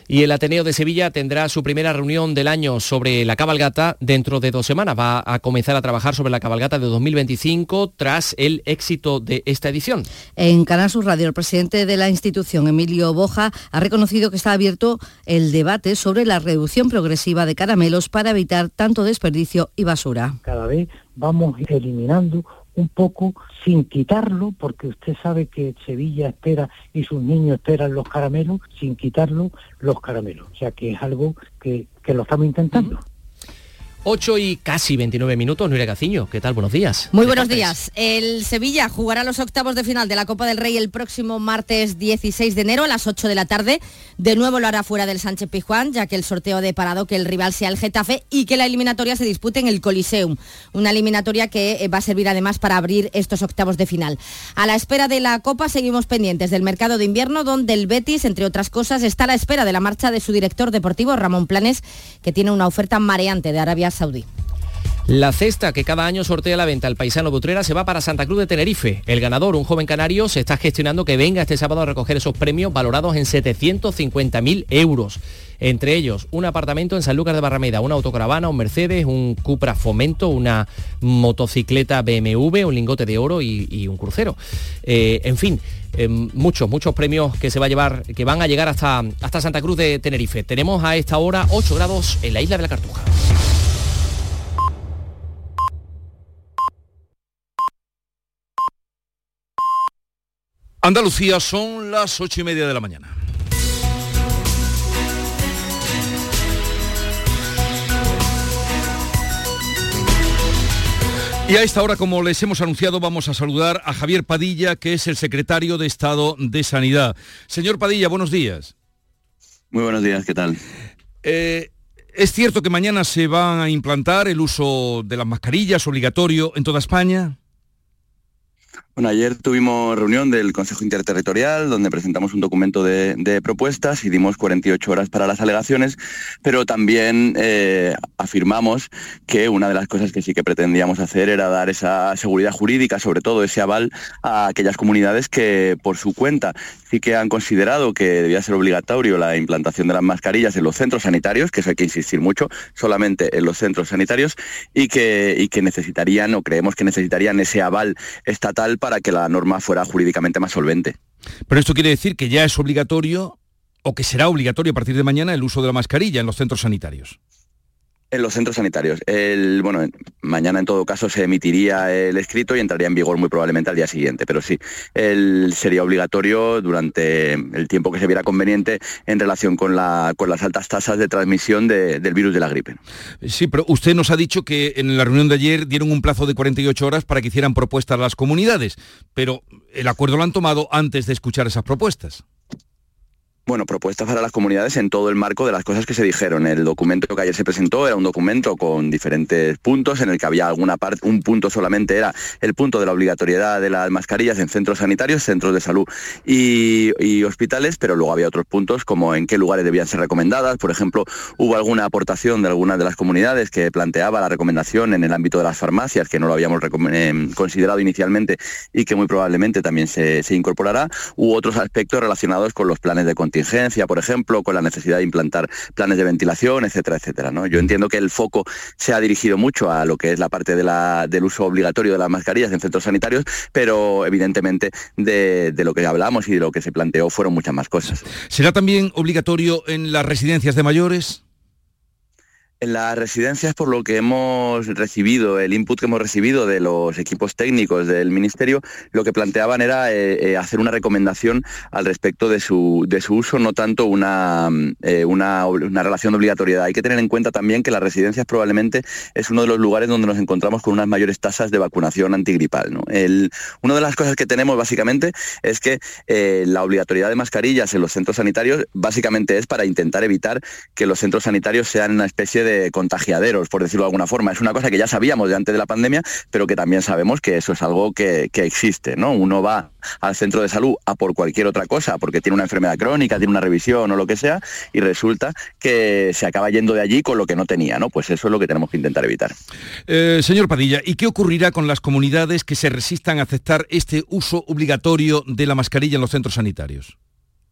Y el Ateneo de Sevilla tendrá su primera reunión del año sobre la cabalgata dentro de 2 semanas. Va a comenzar a trabajar sobre la cabalgata de 2025 tras el éxito de esta edición. En Canal Sur Radio, el presidente de la institución, Emilio Boja, ha reconocido que está abierto el debate sobre la reducción progresiva de caramelos para evitar tanto desperdicio y basura. Cada vez vamos eliminando un poco sin quitarlo, porque usted sabe que Sevilla espera y sus niños esperan los caramelos, sin quitarlo los caramelos. O sea que es algo que lo estamos intentando. 8 y casi 29 minutos, Nuria Gaciño, ¿qué tal? Buenos días. Muy buenos días. El Sevilla jugará los octavos de final de la Copa del Rey el próximo martes 16 de enero a las 8 de la tarde. De nuevo lo hará fuera del Sánchez Pizjuán, ya que el sorteo ha deparado que el rival sea el Getafe y que la eliminatoria se dispute en el Coliseum. Una eliminatoria que va a servir además para abrir estos octavos de final. A la espera de la Copa seguimos pendientes del mercado de invierno, donde el Betis, entre otras cosas, está a la espera de la marcha de su director deportivo, Ramón Planes, que tiene una oferta mareante de Arabia Saudí. La cesta que cada año sortea la venta al paisano de Utrera se va para Santa Cruz de Tenerife. El ganador, un joven canario, se está gestionando que venga este sábado a recoger esos premios valorados en 750.000 euros. Entre ellos, un apartamento en Sanlúcar de Barrameda, una autocaravana, un Mercedes, un Cupra Fomento, una motocicleta BMW, un lingote de oro y un crucero. En fin, muchos premios que se va a llevar, que van a llegar hasta Santa Cruz de Tenerife. Tenemos a esta hora 8 grados en la isla de la Cartuja. Andalucía, son las 8:30 de la mañana. Y a esta hora, como les hemos anunciado, vamos a saludar a Javier Padilla, que es el secretario de Estado de Sanidad. Señor Padilla, buenos días. Muy buenos días, ¿qué tal? ¿Es cierto que mañana se van a implantar el uso de las mascarillas obligatorio en toda España? Bueno, ayer tuvimos reunión del Consejo Interterritorial donde presentamos un documento de propuestas y dimos 48 horas para las alegaciones, pero también afirmamos que una de las cosas que sí que pretendíamos hacer era dar esa seguridad jurídica, sobre todo ese aval a aquellas comunidades que por su cuenta sí que han considerado que debía ser obligatorio la implantación de las mascarillas en los centros sanitarios, que eso hay que insistir mucho, solamente en los centros sanitarios, y que necesitarían, o creemos que necesitarían, ese aval estatal para que la norma fuera jurídicamente más solvente. Pero esto quiere decir que ya es obligatorio, o que será obligatorio a partir de mañana, el uso de la mascarilla en los centros sanitarios. En los centros sanitarios. Mañana en todo caso se emitiría el escrito y entraría en vigor muy probablemente al día siguiente, pero sí, sería obligatorio durante el tiempo que se viera conveniente en relación con las altas tasas de transmisión del virus de la gripe. Sí, pero usted nos ha dicho que en la reunión de ayer dieron un plazo de 48 horas para que hicieran propuestas a las comunidades, pero el acuerdo lo han tomado antes de escuchar esas propuestas. Bueno, propuestas para las comunidades en todo el marco de las cosas que se dijeron. El documento que ayer se presentó era un documento con diferentes puntos, en el que había alguna parte, un punto solamente era el punto de la obligatoriedad de las mascarillas en centros sanitarios, centros de salud y hospitales, pero luego había otros puntos como en qué lugares debían ser recomendadas. Por ejemplo, hubo alguna aportación de algunas de las comunidades que planteaba la recomendación en el ámbito de las farmacias, que no lo habíamos considerado inicialmente y que muy probablemente también se incorporará. Hubo otros aspectos relacionados con los planes de contingencia, por ejemplo, con la necesidad de implantar planes de ventilación, etcétera, etcétera, ¿no? Yo entiendo que el foco se ha dirigido mucho a lo que es la parte del uso obligatorio de las mascarillas en centros sanitarios, pero evidentemente de lo que hablamos y de lo que se planteó fueron muchas más cosas. ¿Será también obligatorio en las residencias de mayores? En las residencias, por lo que hemos recibido, el input que hemos recibido de los equipos técnicos del Ministerio, lo que planteaban era hacer una recomendación al respecto de su uso, no tanto una relación de obligatoriedad. Hay que tener en cuenta también que las residencias probablemente es uno de los lugares donde nos encontramos con unas mayores tasas de vacunación antigripal, ¿no? Una de las cosas que tenemos básicamente es que la obligatoriedad de mascarillas en los centros sanitarios básicamente es para intentar evitar que los centros sanitarios sean una especie de contagiaderos, por decirlo de alguna forma. Es una cosa que ya sabíamos de antes de la pandemia, pero que también sabemos que eso es algo que existe, ¿no? Uno va al centro de salud a por cualquier otra cosa, porque tiene una enfermedad crónica, tiene una revisión o lo que sea, y resulta que se acaba yendo de allí con lo que no tenía, ¿no? Pues eso es lo que tenemos que intentar evitar. Señor Padilla, ¿y qué ocurrirá con las comunidades que se resistan a aceptar este uso obligatorio de la mascarilla en los centros sanitarios?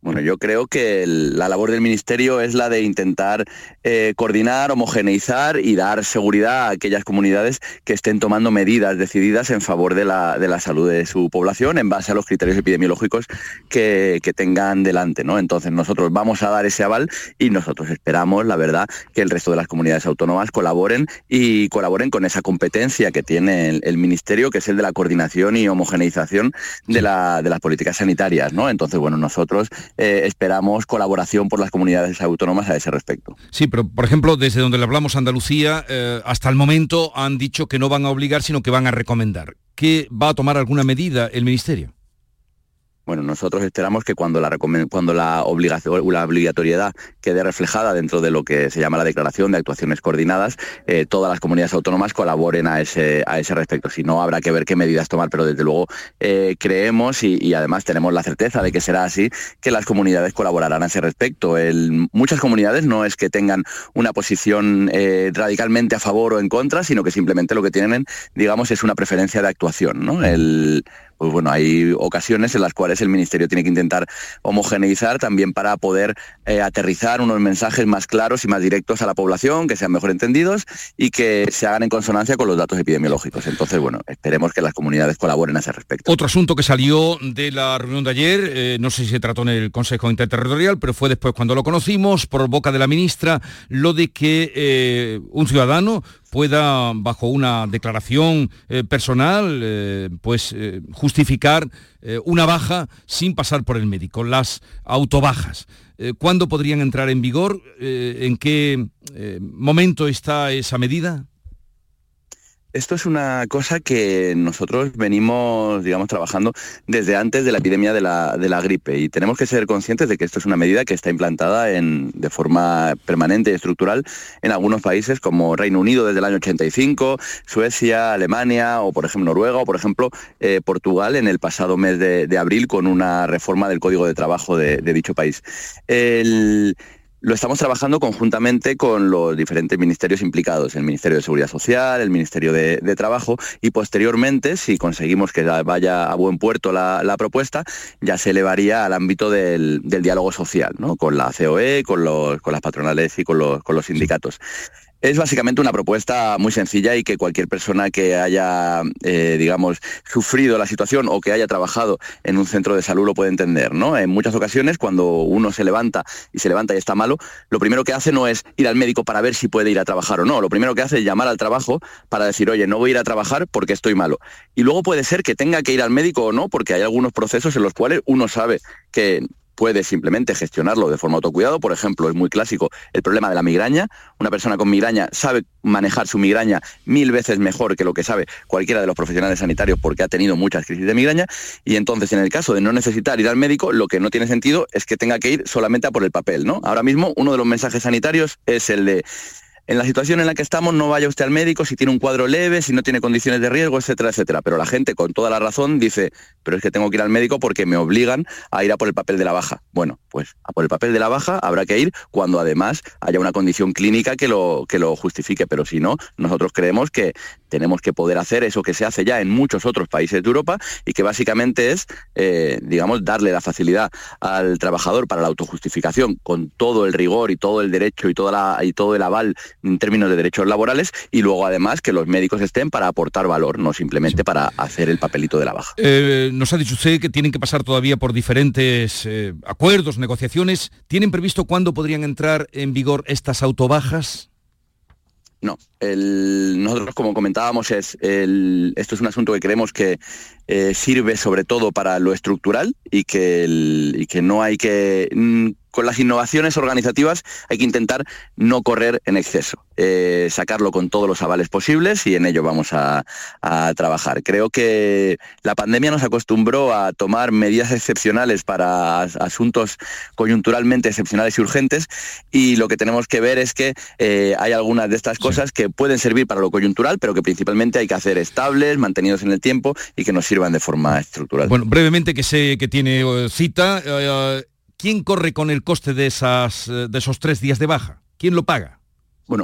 Bueno, yo creo que la labor del Ministerio es la de intentar coordinar, homogeneizar y dar seguridad a aquellas comunidades que estén tomando medidas decididas en favor de la salud de su población en base a los criterios epidemiológicos que tengan delante, ¿no? Entonces nosotros vamos a dar ese aval y nosotros esperamos, la verdad, que el resto de las comunidades autónomas colaboren con esa competencia que tiene el Ministerio, que es el de la coordinación y homogeneización de las políticas sanitarias, ¿no? Entonces, bueno, nosotros esperamos colaboración por las comunidades autónomas a ese respecto. Sí, pero por ejemplo, desde donde le hablamos, Andalucía, hasta el momento han dicho que no van a obligar, sino que van a recomendar. ¿Que va a tomar alguna medida el Ministerio? Bueno, nosotros esperamos que cuando la obligatoriedad quede reflejada dentro de lo que se llama la Declaración de Actuaciones Coordinadas, todas las comunidades autónomas colaboren a ese respecto. Si no, habrá que ver qué medidas tomar, pero desde luego creemos y además tenemos la certeza de que será así, que las comunidades colaborarán a ese respecto. Muchas comunidades no es que tengan una posición radicalmente a favor o en contra, sino que simplemente lo que tienen, digamos, es una preferencia de actuación, ¿no? Pues bueno, hay ocasiones en las cuales el Ministerio tiene que intentar homogeneizar también para poder aterrizar unos mensajes más claros y más directos a la población, que sean mejor entendidos y que se hagan en consonancia con los datos epidemiológicos. Entonces, bueno, esperemos que las comunidades colaboren a ese respecto. Otro asunto que salió de la reunión de ayer, no sé si se trató en el Consejo Interterritorial, pero fue después cuando lo conocimos, por boca de la ministra, lo de que un ciudadano pueda, bajo una declaración personal, justificar una baja sin pasar por el médico, las autobajas. ¿Cuándo podrían entrar en vigor? ¿En qué momento está esa medida? Esto es una cosa que nosotros venimos, digamos, trabajando desde antes de la epidemia de la gripe, y tenemos que ser conscientes de que esto es una medida que está implantada de forma permanente y estructural en algunos países como Reino Unido desde el año 85, Suecia, Alemania o por ejemplo Noruega o por ejemplo Portugal en el pasado mes de abril con una reforma del Código de Trabajo de dicho país. Lo estamos trabajando conjuntamente con los diferentes ministerios implicados, el Ministerio de Seguridad Social, el Ministerio de Trabajo, y posteriormente, si conseguimos que vaya a buen puerto la propuesta, ya se elevaría al ámbito del diálogo social, ¿no? Con la COE, con las patronales y con los sindicatos. Es básicamente una propuesta muy sencilla y que cualquier persona que haya, digamos, sufrido la situación o que haya trabajado en un centro de salud lo puede entender, ¿no? En muchas ocasiones, cuando uno se levanta y está malo, lo primero que hace no es ir al médico para ver si puede ir a trabajar o no. Lo primero que hace es llamar al trabajo para decir, oye, no voy a ir a trabajar porque estoy malo. Y luego puede ser que tenga que ir al médico o no, porque hay algunos procesos en los cuales uno sabe que puede simplemente gestionarlo de forma autocuidado. Por ejemplo, es muy clásico el problema de la migraña. Una persona con migraña sabe manejar su migraña 1000 veces mejor que lo que sabe cualquiera de los profesionales sanitarios porque ha tenido muchas crisis de migraña, y entonces en el caso de no necesitar ir al médico, lo que no tiene sentido es que tenga que ir solamente a por el papel, ¿no? Ahora mismo uno de los mensajes sanitarios es el de: en la situación en la que estamos, no vaya usted al médico si tiene un cuadro leve, si no tiene condiciones de riesgo, etcétera, etcétera. Pero la gente, con toda la razón, dice, pero es que tengo que ir al médico porque me obligan a ir a por el papel de la baja. Bueno, pues a por el papel de la baja habrá que ir cuando además haya una condición clínica que lo justifique. Pero si no, nosotros creemos que tenemos que poder hacer eso que se hace ya en muchos otros países de Europa y que básicamente es, digamos, darle la facilidad al trabajador para la autojustificación con todo el rigor y todo el derecho y todo el aval en términos de derechos laborales, y luego además que los médicos estén para aportar valor, no simplemente para hacer el papelito de la baja. Nos ha dicho usted que tienen que pasar todavía por diferentes acuerdos, negociaciones. ¿Tienen previsto cuándo podrían entrar en vigor estas autobajas? No, nosotros, como comentábamos, esto es un asunto que creemos que sirve sobre todo para lo estructural y que no hay que... Con las innovaciones organizativas hay que intentar no correr en exceso, sacarlo con todos los avales posibles, y en ello vamos a trabajar. Creo que la pandemia nos acostumbró a tomar medidas excepcionales para asuntos coyunturalmente excepcionales y urgentes, y lo que tenemos que ver es que hay algunas de estas cosas que pueden servir para lo coyuntural, pero que principalmente hay que hacer estables, mantenidos en el tiempo y que nos sirvan de forma estructural. Bueno, brevemente, que sé que tiene cita... ¿Quién corre con el coste de esos 3 días de baja? ¿Quién lo paga? Bueno,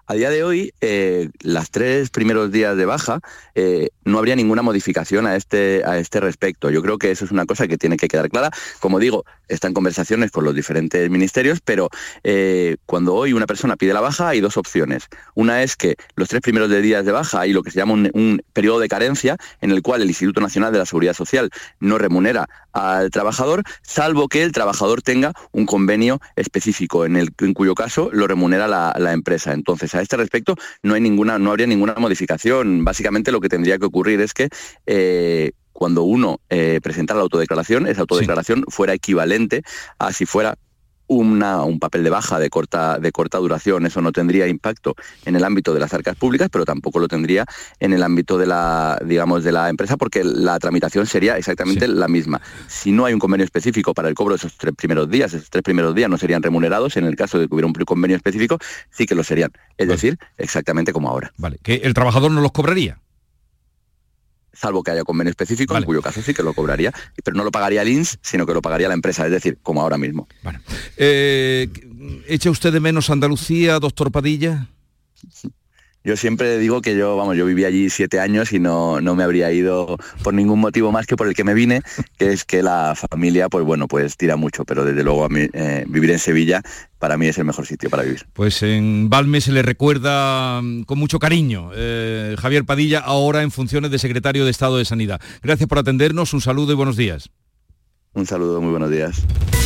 A día de hoy, las 3 primeros días de baja, no habría ninguna modificación a este respecto. Yo creo que eso es una cosa que tiene que quedar clara. Como digo, está en conversaciones con los diferentes ministerios, pero cuando hoy una persona pide la baja hay 2 opciones. Una es que los 3 primeros días de baja hay lo que se llama un periodo de carencia en el cual el Instituto Nacional de la Seguridad Social no remunera al trabajador, salvo que el trabajador tenga un convenio específico en cuyo caso lo remunera la empresa. Entonces, a este respecto no habría ninguna modificación. Básicamente lo que tendría que ocurrir es que cuando uno presentara la autodeclaración, esa autodeclaración fuera equivalente a si fuera un papel de baja de corta duración. Eso no tendría impacto en el ámbito de las arcas públicas, pero tampoco lo tendría en el ámbito de la empresa, porque la tramitación sería exactamente la misma. Si no hay un convenio específico para el cobro de esos 3 primeros días, esos 3 primeros días no serían remunerados. En el caso de que hubiera un convenio específico, sí que lo serían. Es decir, exactamente como ahora. Vale, que el trabajador no los cobraría. Salvo que haya convenio específico, en cuyo caso sí que lo cobraría, pero no lo pagaría el INS, sino que lo pagaría la empresa, es decir, como ahora mismo. Vale. ¿Echa usted de menos Andalucía, doctor Padilla? Yo siempre digo que yo viví allí 7 años y no me habría ido por ningún motivo más que por el que me vine, que es que la familia, pues tira mucho, pero desde luego a mí vivir en Sevilla para mí es el mejor sitio para vivir. Pues en Valme se le recuerda con mucho cariño. Javier Padilla, ahora en funciones de secretario de Estado de Sanidad. Gracias por atendernos, un saludo y buenos días. Un saludo, muy buenos días.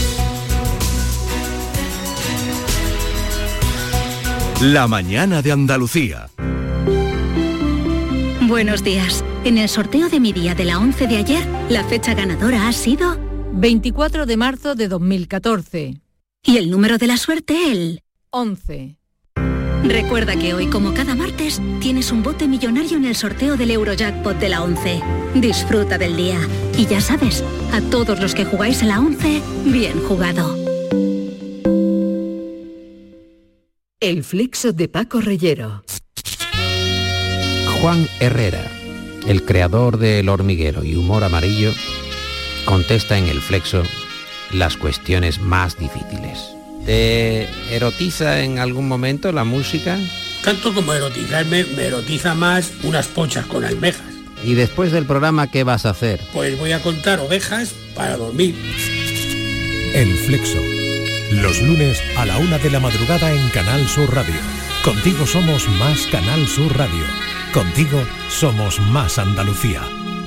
La mañana de Andalucía. Buenos días. En el sorteo de mi día de la 11 de ayer, la fecha ganadora ha sido 24 de marzo de 2014. Y el número de la suerte, el 11. Recuerda que hoy, como cada martes, tienes un bote millonario en el sorteo del Eurojackpot de la 11. Disfruta del día. Y ya sabes, a todos los que jugáis a la 11, bien jugado. El flexo de Paco Reyero. Juan Herrera, el creador del Hormiguero y Humor Amarillo, contesta en el flexo las cuestiones más difíciles. ¿Te erotiza en algún momento la música? Tanto como erotizarme, me erotiza más unas pochas con almejas. ¿Y después del programa qué vas a hacer? Pues voy a contar ovejas para dormir. El flexo. Los lunes a la 1 de la madrugada en Canal Sur Radio. Contigo somos más Canal Sur Radio. Contigo somos más Andalucía.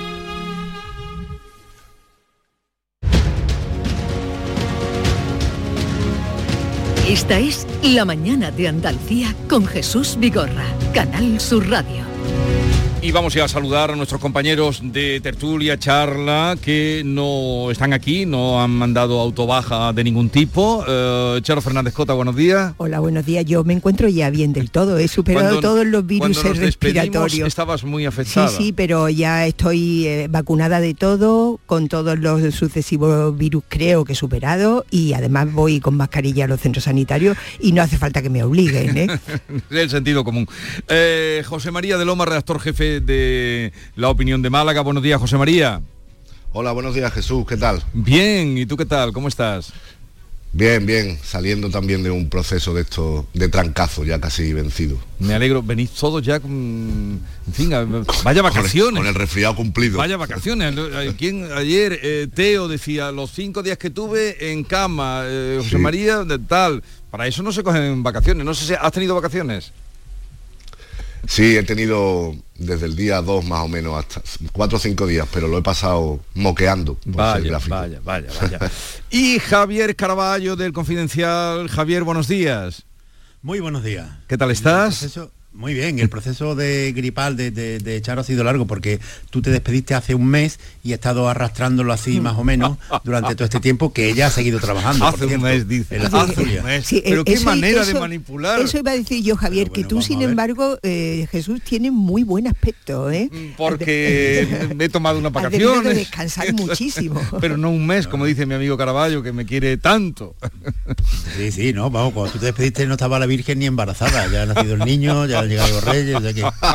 Esta es La mañana de Andalucía con Jesús Vigorra, Canal Sur Radio. Y vamos ya a saludar a nuestros compañeros de tertulia, charla, que no están aquí, no han mandado autobaja de ningún tipo. Charo Fernández Cota, buenos días. Hola, buenos días. Yo me encuentro ya bien del todo. He superado todos los virus respiratorios. Estabas muy afectada. Sí, pero ya estoy vacunada de todo, con todos los sucesivos virus creo que he superado, y además voy con mascarilla a los centros sanitarios y no hace falta que me obliguen, ¿eh? Es el sentido común. José María de Loma, redactor jefe de La Opinión de Málaga. Buenos días, José María. Hola, buenos días, Jesús, ¿qué tal? Bien, ¿y tú qué tal? ¿Cómo estás? Bien, saliendo también de un proceso de esto, de trancazo, ya casi vencido. Me alegro, venís todos ya con... En fin, vaya vacaciones. Con el resfriado cumplido. Vaya vacaciones. Ayer Teo decía, los 5 días que tuve en cama, José María, tal. Para eso no se cogen vacaciones. No sé si has tenido vacaciones. Sí, he tenido desde el día 2 más o menos hasta 4 o 5 días, pero lo he pasado moqueando. Vaya. Y Javier Caraballo del Confidencial. Javier, buenos días. Muy buenos días. ¿Qué tal estás? Muy bien, el proceso de gripal de Charo ha sido largo porque tú te despediste hace un mes y he estado arrastrándolo así más o menos durante todo este tiempo, que ella ha seguido trabajando. Hace un mes, dice. Hace un mes. Sí, pero qué manera de manipular. Eso iba a decir yo, Javier, que tú, sin embargo, Jesús, tiene muy buen aspecto, ¿eh? Porque me he tomado unas vacaciones. Has debido descansar muchísimo. Pero no un mes, como dice mi amigo Caraballo, que me quiere tanto. Sí, no, vamos, cuando tú te despediste no estaba la Virgen ni embarazada, ya ha nacido el niño, ya han llegado los reyes,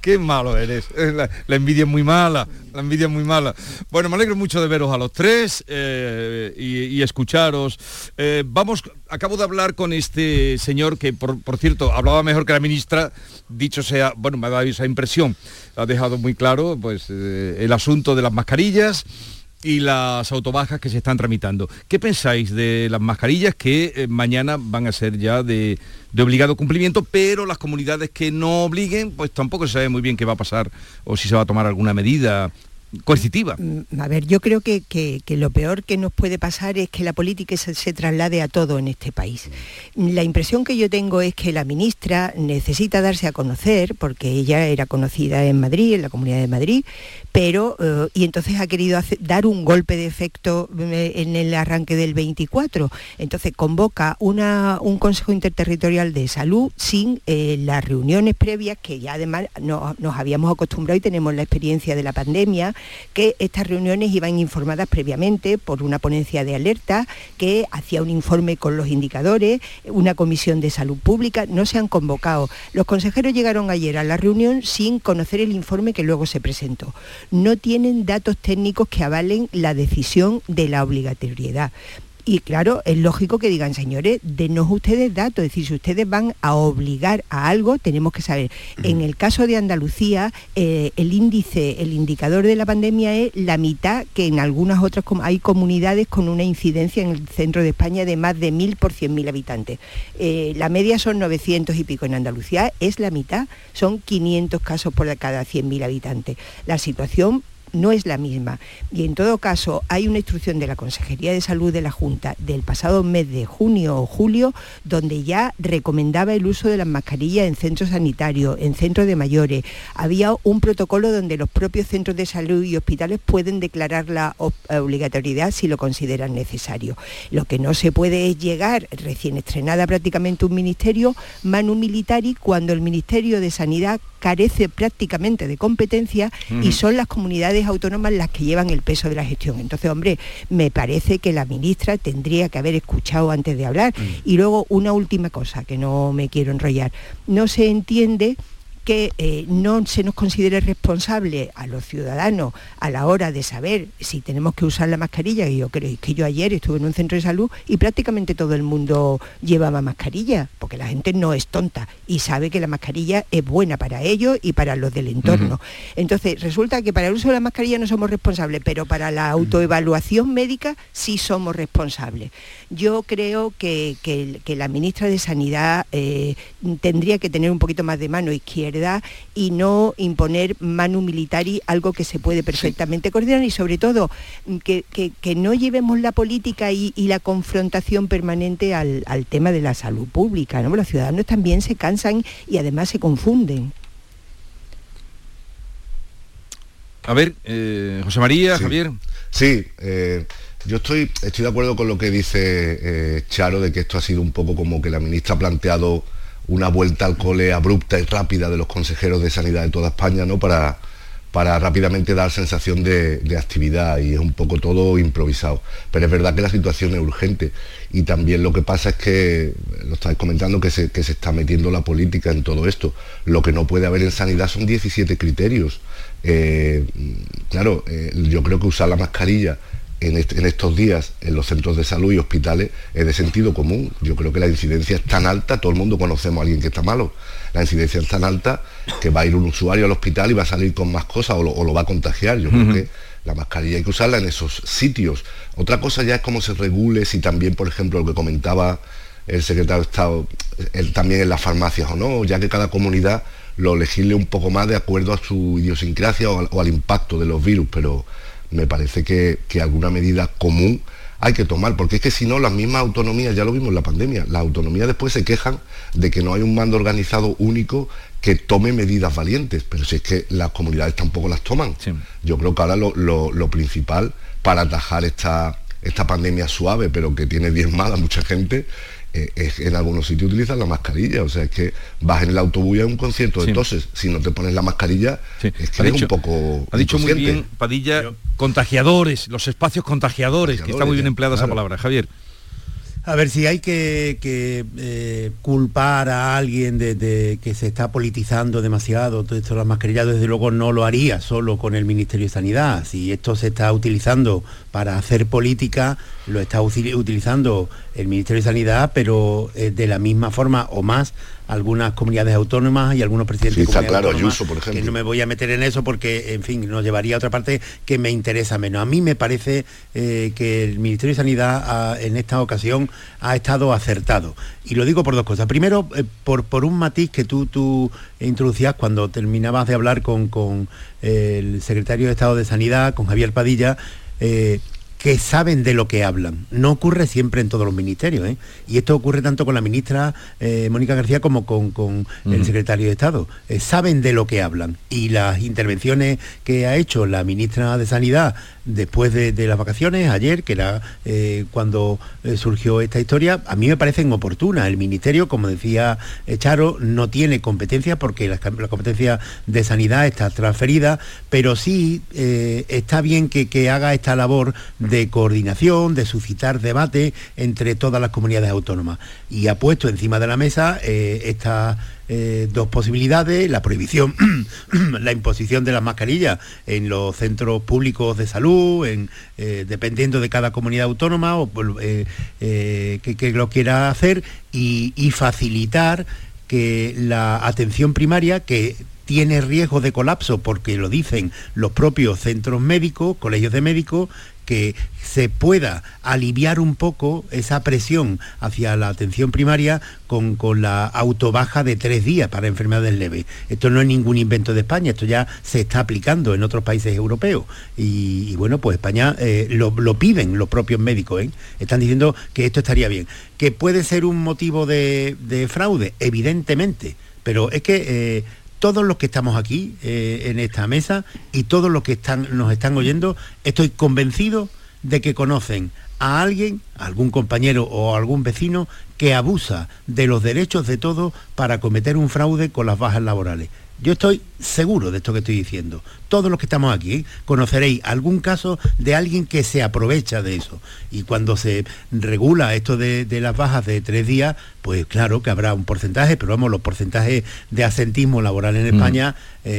Qué malo eres. La envidia es muy mala. La envidia es muy mala. Bueno, me alegro mucho de veros a los tres y escucharos. Acabo de hablar con este señor que, por cierto, hablaba mejor que la ministra, dicho sea, bueno, me ha dado esa impresión. Ha dejado muy claro pues el asunto de las mascarillas y las autobajas que se están tramitando. ¿Qué pensáis de las mascarillas que mañana van a ser ya de obligado cumplimiento, pero las comunidades que no obliguen, pues tampoco se sabe muy bien qué va a pasar o si se va a tomar alguna medida coercitiva? A ver, yo creo que lo peor que nos puede pasar es que la política se traslade a todo en este país. La impresión que yo tengo es que la ministra necesita darse a conocer, porque ella era conocida en Madrid, en la Comunidad de Madrid, pero y entonces ha querido dar un golpe de efecto en el arranque del 24. Entonces convoca un Consejo Interterritorial de Salud sin las reuniones previas, que ya además nos habíamos acostumbrado y tenemos la experiencia de la pandemia, que estas reuniones iban informadas previamente por una ponencia de alerta que hacía un informe con los indicadores, una comisión de salud pública. No se han convocado. Los consejeros llegaron ayer a la reunión sin conocer el informe que luego se presentó. No tienen datos técnicos que avalen la decisión de la obligatoriedad. Y claro, es lógico que digan, señores, denos ustedes datos, es decir, si ustedes van a obligar a algo, tenemos que saber. En el caso de Andalucía, el indicador de la pandemia es la mitad que en algunas otras, hay comunidades con una incidencia en el centro de España de más de 1.000 por 100.000 habitantes. La media son 900 y pico, en Andalucía es la mitad, son 500 casos por cada 100.000 habitantes. La situación no es la misma. Y en todo caso hay una instrucción de la Consejería de Salud de la Junta del pasado mes de junio o julio, donde ya recomendaba el uso de las mascarillas en centros sanitarios, en centros de mayores. Había un protocolo donde los propios centros de salud y hospitales pueden declarar la obligatoriedad si lo consideran necesario. Lo que no se puede es llegar, recién estrenada prácticamente un ministerio, manu militari, cuando el Ministerio de Sanidad carece prácticamente de competencia y son las comunidades autónomas las que llevan el peso de la gestión. Entonces, hombre, me parece que la ministra tendría que haber escuchado antes de hablar. Y luego una última cosa, que no me quiero enrollar. No se entiende que no se nos considere responsable a los ciudadanos a la hora de saber si tenemos que usar la mascarilla. Y yo creo que yo ayer estuve en un centro de salud y prácticamente todo el mundo llevaba mascarilla, porque la gente no es tonta y sabe que la mascarilla es buena para ellos y para los del entorno. Entonces, resulta que para el uso de la mascarilla no somos responsables, pero para la autoevaluación médica sí somos responsables. Yo creo que la ministra de Sanidad tendría que tener un poquito más de mano izquierda y no imponer manu militari, algo que se puede perfectamente coordinar, y sobre todo que no llevemos la política y la confrontación permanente al tema de la salud pública, ¿no? Los ciudadanos también se cansan y además se confunden. A ver, José María, sí. Javier. Sí, yo estoy de acuerdo con lo que dice Charo, de que esto ha sido un poco como que la ministra ha planteado una vuelta al cole abrupta y rápida de los consejeros de sanidad de toda España, ¿no? Para rápidamente dar sensación de actividad, y es un poco todo improvisado. Pero es verdad que la situación es urgente, y también lo que pasa es que, lo estáis comentando, que se está metiendo la política en todo esto. Lo que no puede haber en sanidad son 17 criterios. Yo creo que usar la mascarilla en estos días en los centros de salud y hospitales es de sentido común. Yo creo que la incidencia es tan alta, todo el mundo conocemos a alguien que está malo, la incidencia es tan alta que va a ir un usuario al hospital y va a salir con más cosas o lo va a contagiar. Yo creo que la mascarilla hay que usarla en esos sitios. Otra cosa ya es cómo se regule, si también, por ejemplo, lo que comentaba el secretario de Estado, también en las farmacias o no, ya que cada comunidad lo legisle un poco más de acuerdo a su idiosincrasia o al impacto de los virus, pero me parece que alguna medida común hay que tomar, porque es que si no, las mismas autonomías, ya lo vimos en la pandemia, las autonomías después se quejan de que no hay un mando organizado único que tome medidas valientes, pero si es que las comunidades tampoco las toman. Sí. Yo creo que ahora lo principal para atajar esta pandemia suave, pero que tiene diezmada a mucha gente, es en algunos sitios utilizan la mascarilla. O sea, es que vas en el autobús y hay un concierto de toses, si no te pones la mascarilla, es que eres un poco ha dicho muy bien Padilla, contagiadores, los espacios contagiadores, que está muy bien empleada esa palabra, Javier. A ver, si hay que culpar a alguien de que se está politizando demasiado todo esto de las mascarillas, desde luego no lo haría solo con el Ministerio de Sanidad. Si esto se está utilizando para hacer política, lo está utilizando el Ministerio de Sanidad, pero de la misma forma o más algunas comunidades autónomas y algunos presidentes de comunidades autónomas, Ayuso, por ejemplo. que no me voy a meter en eso porque, en fin, nos llevaría a otra parte que me interesa menos. A mí me parece que el Ministerio de Sanidad en esta ocasión ha estado acertado. Y lo digo por dos cosas. Primero, por un matiz que tú introducías cuando terminabas de hablar con el secretario de Estado de Sanidad, con Javier Padilla, que saben de lo que hablan. No ocurre siempre en todos los ministerios, ¿eh? Y esto ocurre tanto con la ministra Mónica García como con el secretario de Estado. Saben de lo que hablan. Y las intervenciones que ha hecho la ministra de Sanidad después de las vacaciones, ayer, que era cuando surgió esta historia, a mí me parecen oportunas. El ministerio, como decía Charo, no tiene competencia porque la competencia de sanidad está transferida, pero sí está bien que haga esta labor de coordinación, de suscitar debate entre todas las comunidades autónomas. Y ha puesto encima de la mesa estas dos posibilidades: la prohibición, la imposición de las mascarillas en los centros públicos de salud, dependiendo de cada comunidad autónoma o que lo quiera hacer, y facilitar que la atención primaria, que tiene riesgo de colapso porque lo dicen los propios centros médicos, colegios de médicos, que se pueda aliviar un poco esa presión hacia la atención primaria con la autobaja de 3 días para enfermedades leves. Esto no es ningún invento de España, esto ya se está aplicando en otros países europeos. Y bueno, pues España lo piden los propios médicos, ¿eh? Están diciendo que esto estaría bien. ¿Que puede ser un motivo de fraude? Evidentemente, pero es que todos los que estamos aquí en esta mesa y todos los que nos están oyendo, estoy convencido de que conocen a alguien, a algún compañero o algún vecino que abusa de los derechos de todos para cometer un fraude con las bajas laborales. Yo estoy seguro de esto que estoy diciendo. Todos los que estamos aquí conoceréis algún caso de alguien que se aprovecha de eso. Y cuando se regula esto de las bajas de 3 días, pues claro que habrá un porcentaje, pero vamos, los porcentajes de asentismo laboral en España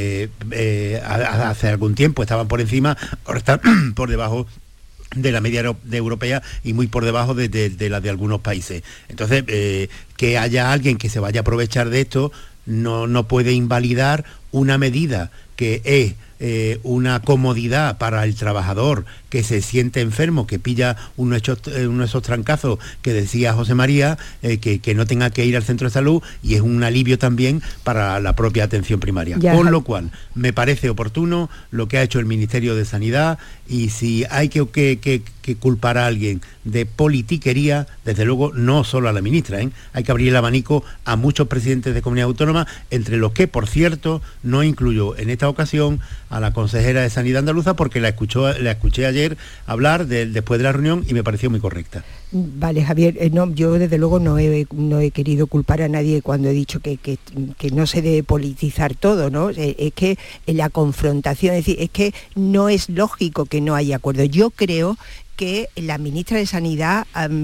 hace algún tiempo estaban por encima, ahora están por debajo de la media europea y muy por debajo de la de algunos países. Entonces, que haya alguien que se vaya a aprovechar de esto no puede invalidar una medida que es una comodidad para el trabajador que se siente enfermo, que pilla uno de esos trancazos que decía José María, que no tenga que ir al centro de salud, y es un alivio también para la propia atención primaria. Con lo cual, me parece oportuno lo que ha hecho el Ministerio de Sanidad, y si hay que culpar a alguien de politiquería, desde luego no solo a la ministra, hay que abrir el abanico a muchos presidentes de comunidades autónomas, entre los que, por cierto, no incluyo en esta ocasión a la consejera de Sanidad andaluza, porque la escuché ayer hablar después de la reunión y me pareció muy correcta. Vale, Javier, yo desde luego no he querido culpar a nadie cuando he dicho que no se debe politizar todo, ¿no? Es que la confrontación, es decir, es que no es lógico que no haya acuerdo. Yo creo que la ministra de Sanidad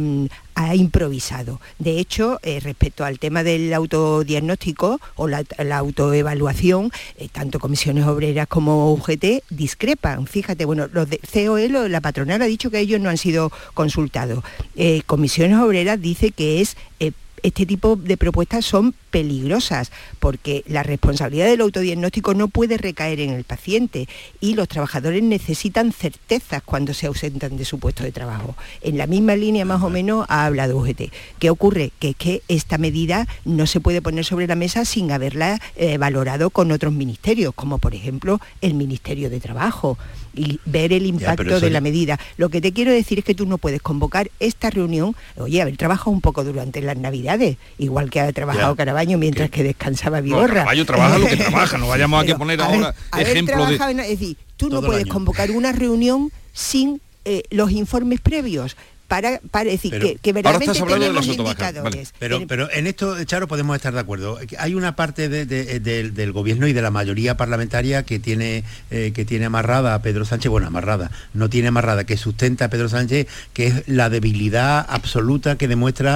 ha improvisado. De hecho, respecto al tema del autodiagnóstico o la autoevaluación, tanto Comisiones Obreras como UGT discrepan. Fíjate, bueno, los de COE, la patronal ha dicho que ellos no han sido consultados. Comisiones Obreras dice que este tipo de propuestas son peligrosas porque la responsabilidad del autodiagnóstico no puede recaer en el paciente y los trabajadores necesitan certezas cuando se ausentan de su puesto de trabajo. En la misma línea más o menos ha hablado UGT. ¿Qué ocurre? Que es que esta medida no se puede poner sobre la mesa sin haberla valorado con otros ministerios, como por ejemplo el Ministerio de Trabajo, y ver el impacto de la medida. Lo que te quiero decir es que tú no puedes convocar esta reunión, oye, haber trabajado un poco durante las Navidades, igual que ha trabajado Carabaño mientras que descansaba Vigorra. No, Carabaño trabaja lo que trabaja, no vayamos a poner ahora ejemplo de... Es decir, tú no puedes convocar una reunión sin los informes previos. para decir pero, que verdaderamente ahora estás hablando tenemos de las autobajas, indicadores. Vale. Pero en esto, Charo, podemos estar de acuerdo. Hay una parte del gobierno y de la mayoría parlamentaria que tiene amarrada a Pedro Sánchez, bueno, amarrada, no tiene amarrada, que sustenta a Pedro Sánchez, que es la debilidad absoluta que demuestra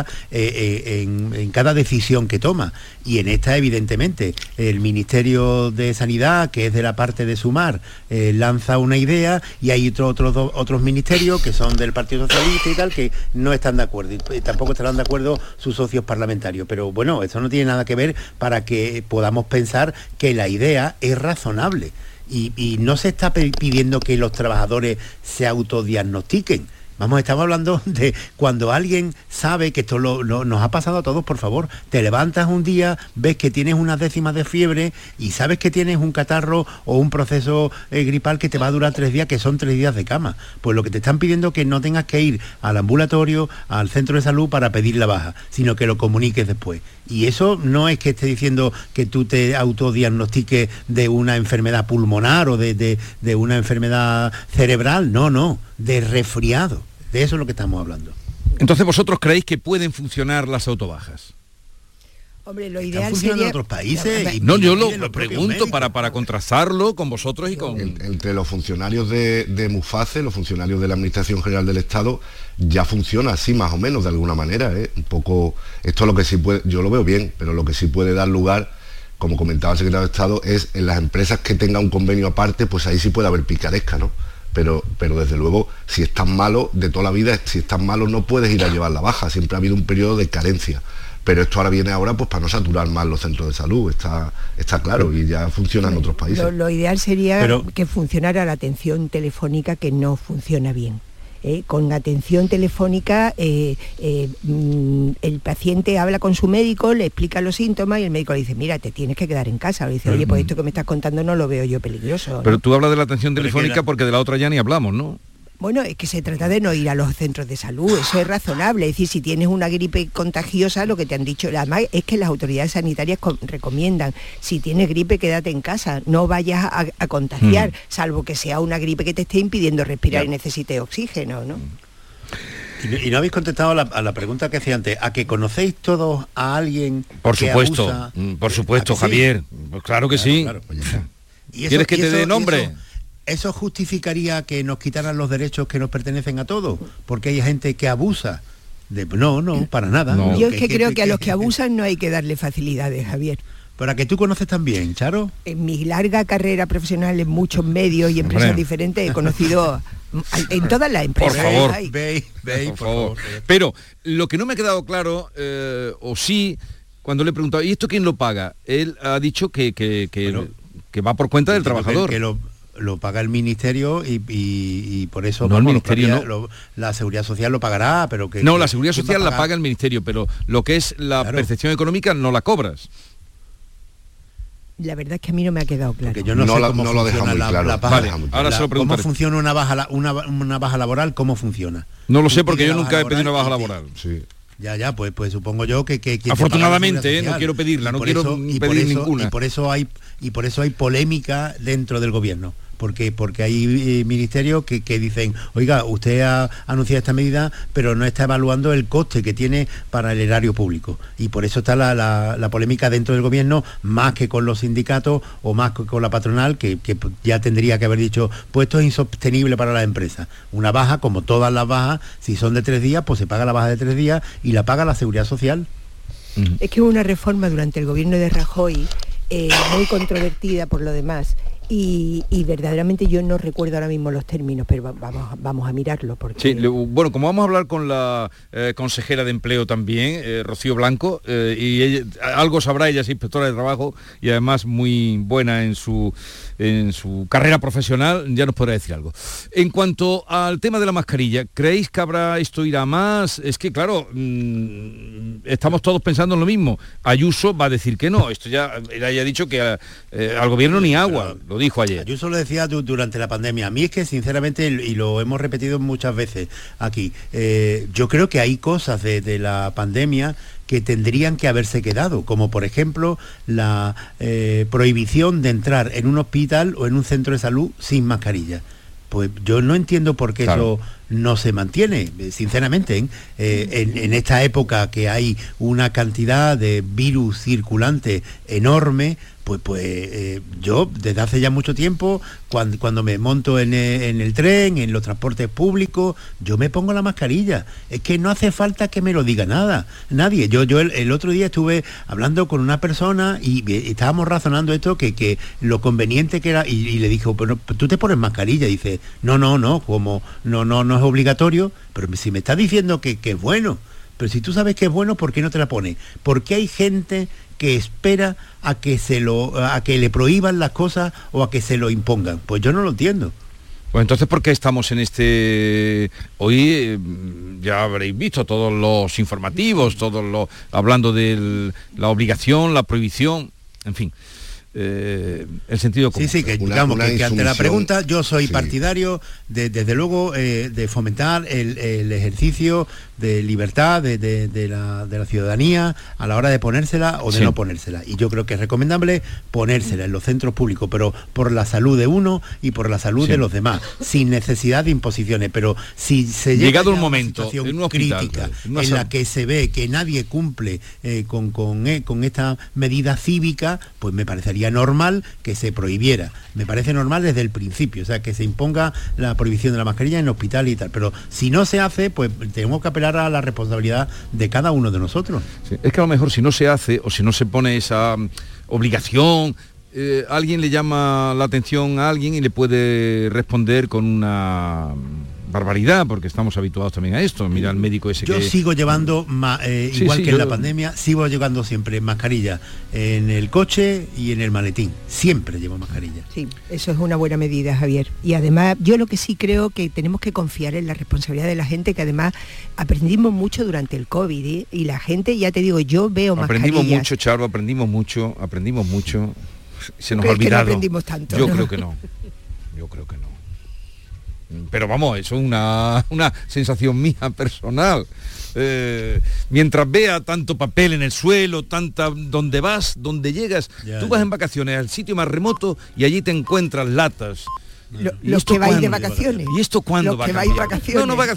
en cada decisión que toma. Y en esta, evidentemente, el Ministerio de Sanidad, que es de la parte de Sumar, lanza una idea, y hay otros ministerios que son del Partido Socialista y tal, que no están de acuerdo, y tampoco estarán de acuerdo sus socios parlamentarios. Pero bueno, eso no tiene nada que ver para que podamos pensar que la idea es razonable. Y no se está pidiendo que los trabajadores se autodiagnostiquen. Vamos, estamos hablando de cuando alguien sabe que esto nos ha pasado a todos, por favor. Te levantas un día, ves que tienes unas décimas de fiebre y sabes que tienes un catarro o un proceso gripal que te va a durar 3 días, que son 3 días de cama. Pues lo que te están pidiendo es que no tengas que ir al ambulatorio, al centro de salud para pedir la baja, sino que lo comuniques después. Y eso no es que esté diciendo que tú te autodiagnostiques de una enfermedad pulmonar o de una enfermedad cerebral, no, de resfriado. De eso es lo que estamos hablando. Entonces, ¿vosotros creéis que pueden funcionar las autobajas? Hombre, lo ideal sería sería... en otros países. No, yo lo pregunto para contrastarlo con vosotros y con... Entre los funcionarios de Muface, los funcionarios de la Administración General del Estado, ya funciona así más o menos de alguna manera, ¿eh? Un poco, esto es lo que sí puede, yo lo veo bien, pero lo que sí puede dar lugar, como comentaba el secretario de Estado, es en las empresas que tengan un convenio aparte, pues ahí sí puede haber picaresca, ¿no? Pero desde luego, si estás malo de toda la vida, si estás malo no puedes ir a llevar la baja, siempre ha habido un periodo de carencia. Pero esto ahora viene pues para no saturar más los centros de salud, está claro, y ya funciona en otros países. Lo ideal sería que funcionara la atención telefónica, que no funciona bien. Con atención telefónica el paciente habla con su médico, le explica los síntomas y el médico le dice, mira, te tienes que quedar en casa. Le dice, oye, pues esto que me estás contando no lo veo yo peligroso, ¿no? Pero tú hablas de la atención telefónica porque de la otra ya ni hablamos, ¿no? Bueno, es que se trata de no ir a los centros de salud, eso es razonable. Es decir, si tienes una gripe contagiosa, lo que te han dicho, además es que las autoridades sanitarias recomiendan, si tienes gripe, quédate en casa, no vayas a contagiar, salvo que sea una gripe que te esté impidiendo respirar y necesites oxígeno, ¿no? Y no habéis contestado a la pregunta que hacía antes, ¿a que conocéis todos a alguien por que supuesto, abusa? Por supuesto, Javier, pues claro que sí. Claro. ¿Quieres que te dé nombre? ¿Eso justificaría que nos quitaran los derechos que nos pertenecen a todos? Porque hay gente que abusa. No, para nada. No. Yo es que creo que a los que abusan no hay que darle facilidades, Javier. ¿Para que tú conoces también, Charo? En mi larga carrera profesional en muchos medios y empresas diferentes he conocido en todas las empresas. Por favor, por favor. Pero lo que no me ha quedado claro, o sí, cuando le he preguntado, ¿y esto quién lo paga? Él ha dicho que va por cuenta del trabajador. Que lo paga el ministerio y por eso no, el ministerio la seguridad social lo pagará, pero que la seguridad social la paga el ministerio, pero lo que es la percepción económica no la cobras. La verdad es que a mí no me ha quedado claro. Porque yo no sé cómo lo deja muy claro. Vale, ahora se lo preguntaré. ¿Cómo funciona una baja laboral? ¿Cómo funciona? No lo sé porque yo nunca he pedido una baja laboral. Sí. Ya, pues supongo yo que afortunadamente, no quiero pedirla, no quiero pedir ninguna. Y por eso hay polémica dentro del gobierno. Porque hay ministerios que dicen, oiga, usted ha anunciado esta medida, pero no está evaluando el coste que tiene para el erario público. Y por eso está la polémica dentro del gobierno, más que con los sindicatos o más que con la patronal, que ya tendría que haber dicho, pues esto es insostenible para las empresas. Una baja, como todas las bajas, si son de 3 días, pues se paga la baja de 3 días y la paga la Seguridad Social. Es que hubo una reforma durante el gobierno de Rajoy, muy controvertida por lo demás, y verdaderamente yo no recuerdo ahora mismo los términos, pero vamos a mirarlo. Porque... Sí, bueno, como vamos a hablar con la consejera de Empleo también, Rocío Blanco, y ella, algo sabrá, ella es inspectora de trabajo y además muy buena en su carrera profesional, ya nos podrá decir algo. En cuanto al tema de la mascarilla, ¿creéis que esto irá más? Es que claro, estamos todos pensando en lo mismo. Ayuso va a decir que no, esto ya ha dicho que al gobierno ni agua. Lo dijo ayer. Ayuso lo decía durante la pandemia. A mí es que sinceramente, y lo hemos repetido muchas veces aquí, yo creo que hay cosas de la pandemia que tendrían que haberse quedado, como por ejemplo la prohibición de entrar en un hospital o en un centro de salud sin mascarilla. Pues yo no entiendo por qué eso no se mantiene, sinceramente. En esta época que hay una cantidad de virus circulante enorme, pues yo desde hace ya mucho tiempo, cuando me monto en el tren, en los transportes públicos, yo me pongo la mascarilla. Es que no hace falta que me lo diga nadie. Yo el otro día estuve hablando con una persona y estábamos razonando esto, que lo conveniente que era, y le dije, pero tú te pones mascarilla. Y dice, no, como no es obligatorio, pero si me estás diciendo que es bueno, pero si tú sabes que es bueno, ¿por qué no te la pones? Porque hay gente que espera a que le prohíban las cosas o a que se lo impongan. Pues yo no lo entiendo. Pues entonces, ¿por qué estamos en este... Hoy ya habréis visto todos los informativos, hablando de la obligación, la prohibición, en fin. El sentido común. Sí, que digamos que ante la pregunta yo soy partidario desde luego de fomentar el ejercicio de libertad de la ciudadanía a la hora de ponérsela o de no ponérsela, y yo creo que es recomendable ponérsela en los centros públicos, pero por la salud de uno y por la salud de los demás, sin necesidad de imposiciones. Pero si se llegado un momento en una crítica en la que se ve que nadie cumple con esta medida cívica, pues me parecería normal que se prohibiera. Me parece normal desde el principio, o sea, que se imponga la prohibición de la mascarilla en el hospital y tal, pero si no se hace, pues tenemos que apelar a la responsabilidad de cada uno de nosotros. Sí, es que a lo mejor si no se hace o si no se pone esa obligación, alguien le llama la atención a alguien y le puede responder con una barbaridad, porque estamos habituados también a esto. Mira el médico ese yo sigo llevando igual que en la pandemia, sigo llevando siempre mascarilla en el coche y en el maletín, siempre llevo mascarilla. Sí, eso es una buena medida, Javier, y además yo lo que sí creo que tenemos que confiar en la responsabilidad de la gente, que además aprendimos mucho durante el COVID, y la gente, ya te digo, yo veo aprendimos mascarillas. Mucho, Charo, aprendimos mucho, se nos ha olvidado. Que no aprendimos tanto, yo ¿no? creo que no. Pero vamos, eso es una sensación mía personal. Mientras vea tanto papel en el suelo, donde vas, donde llegas, tú vas en vacaciones al sitio más remoto y allí te encuentras latas. Los que vais de vacaciones. ¿Y esto cuándo va a cambiar? Los que vais de vacaciones. No,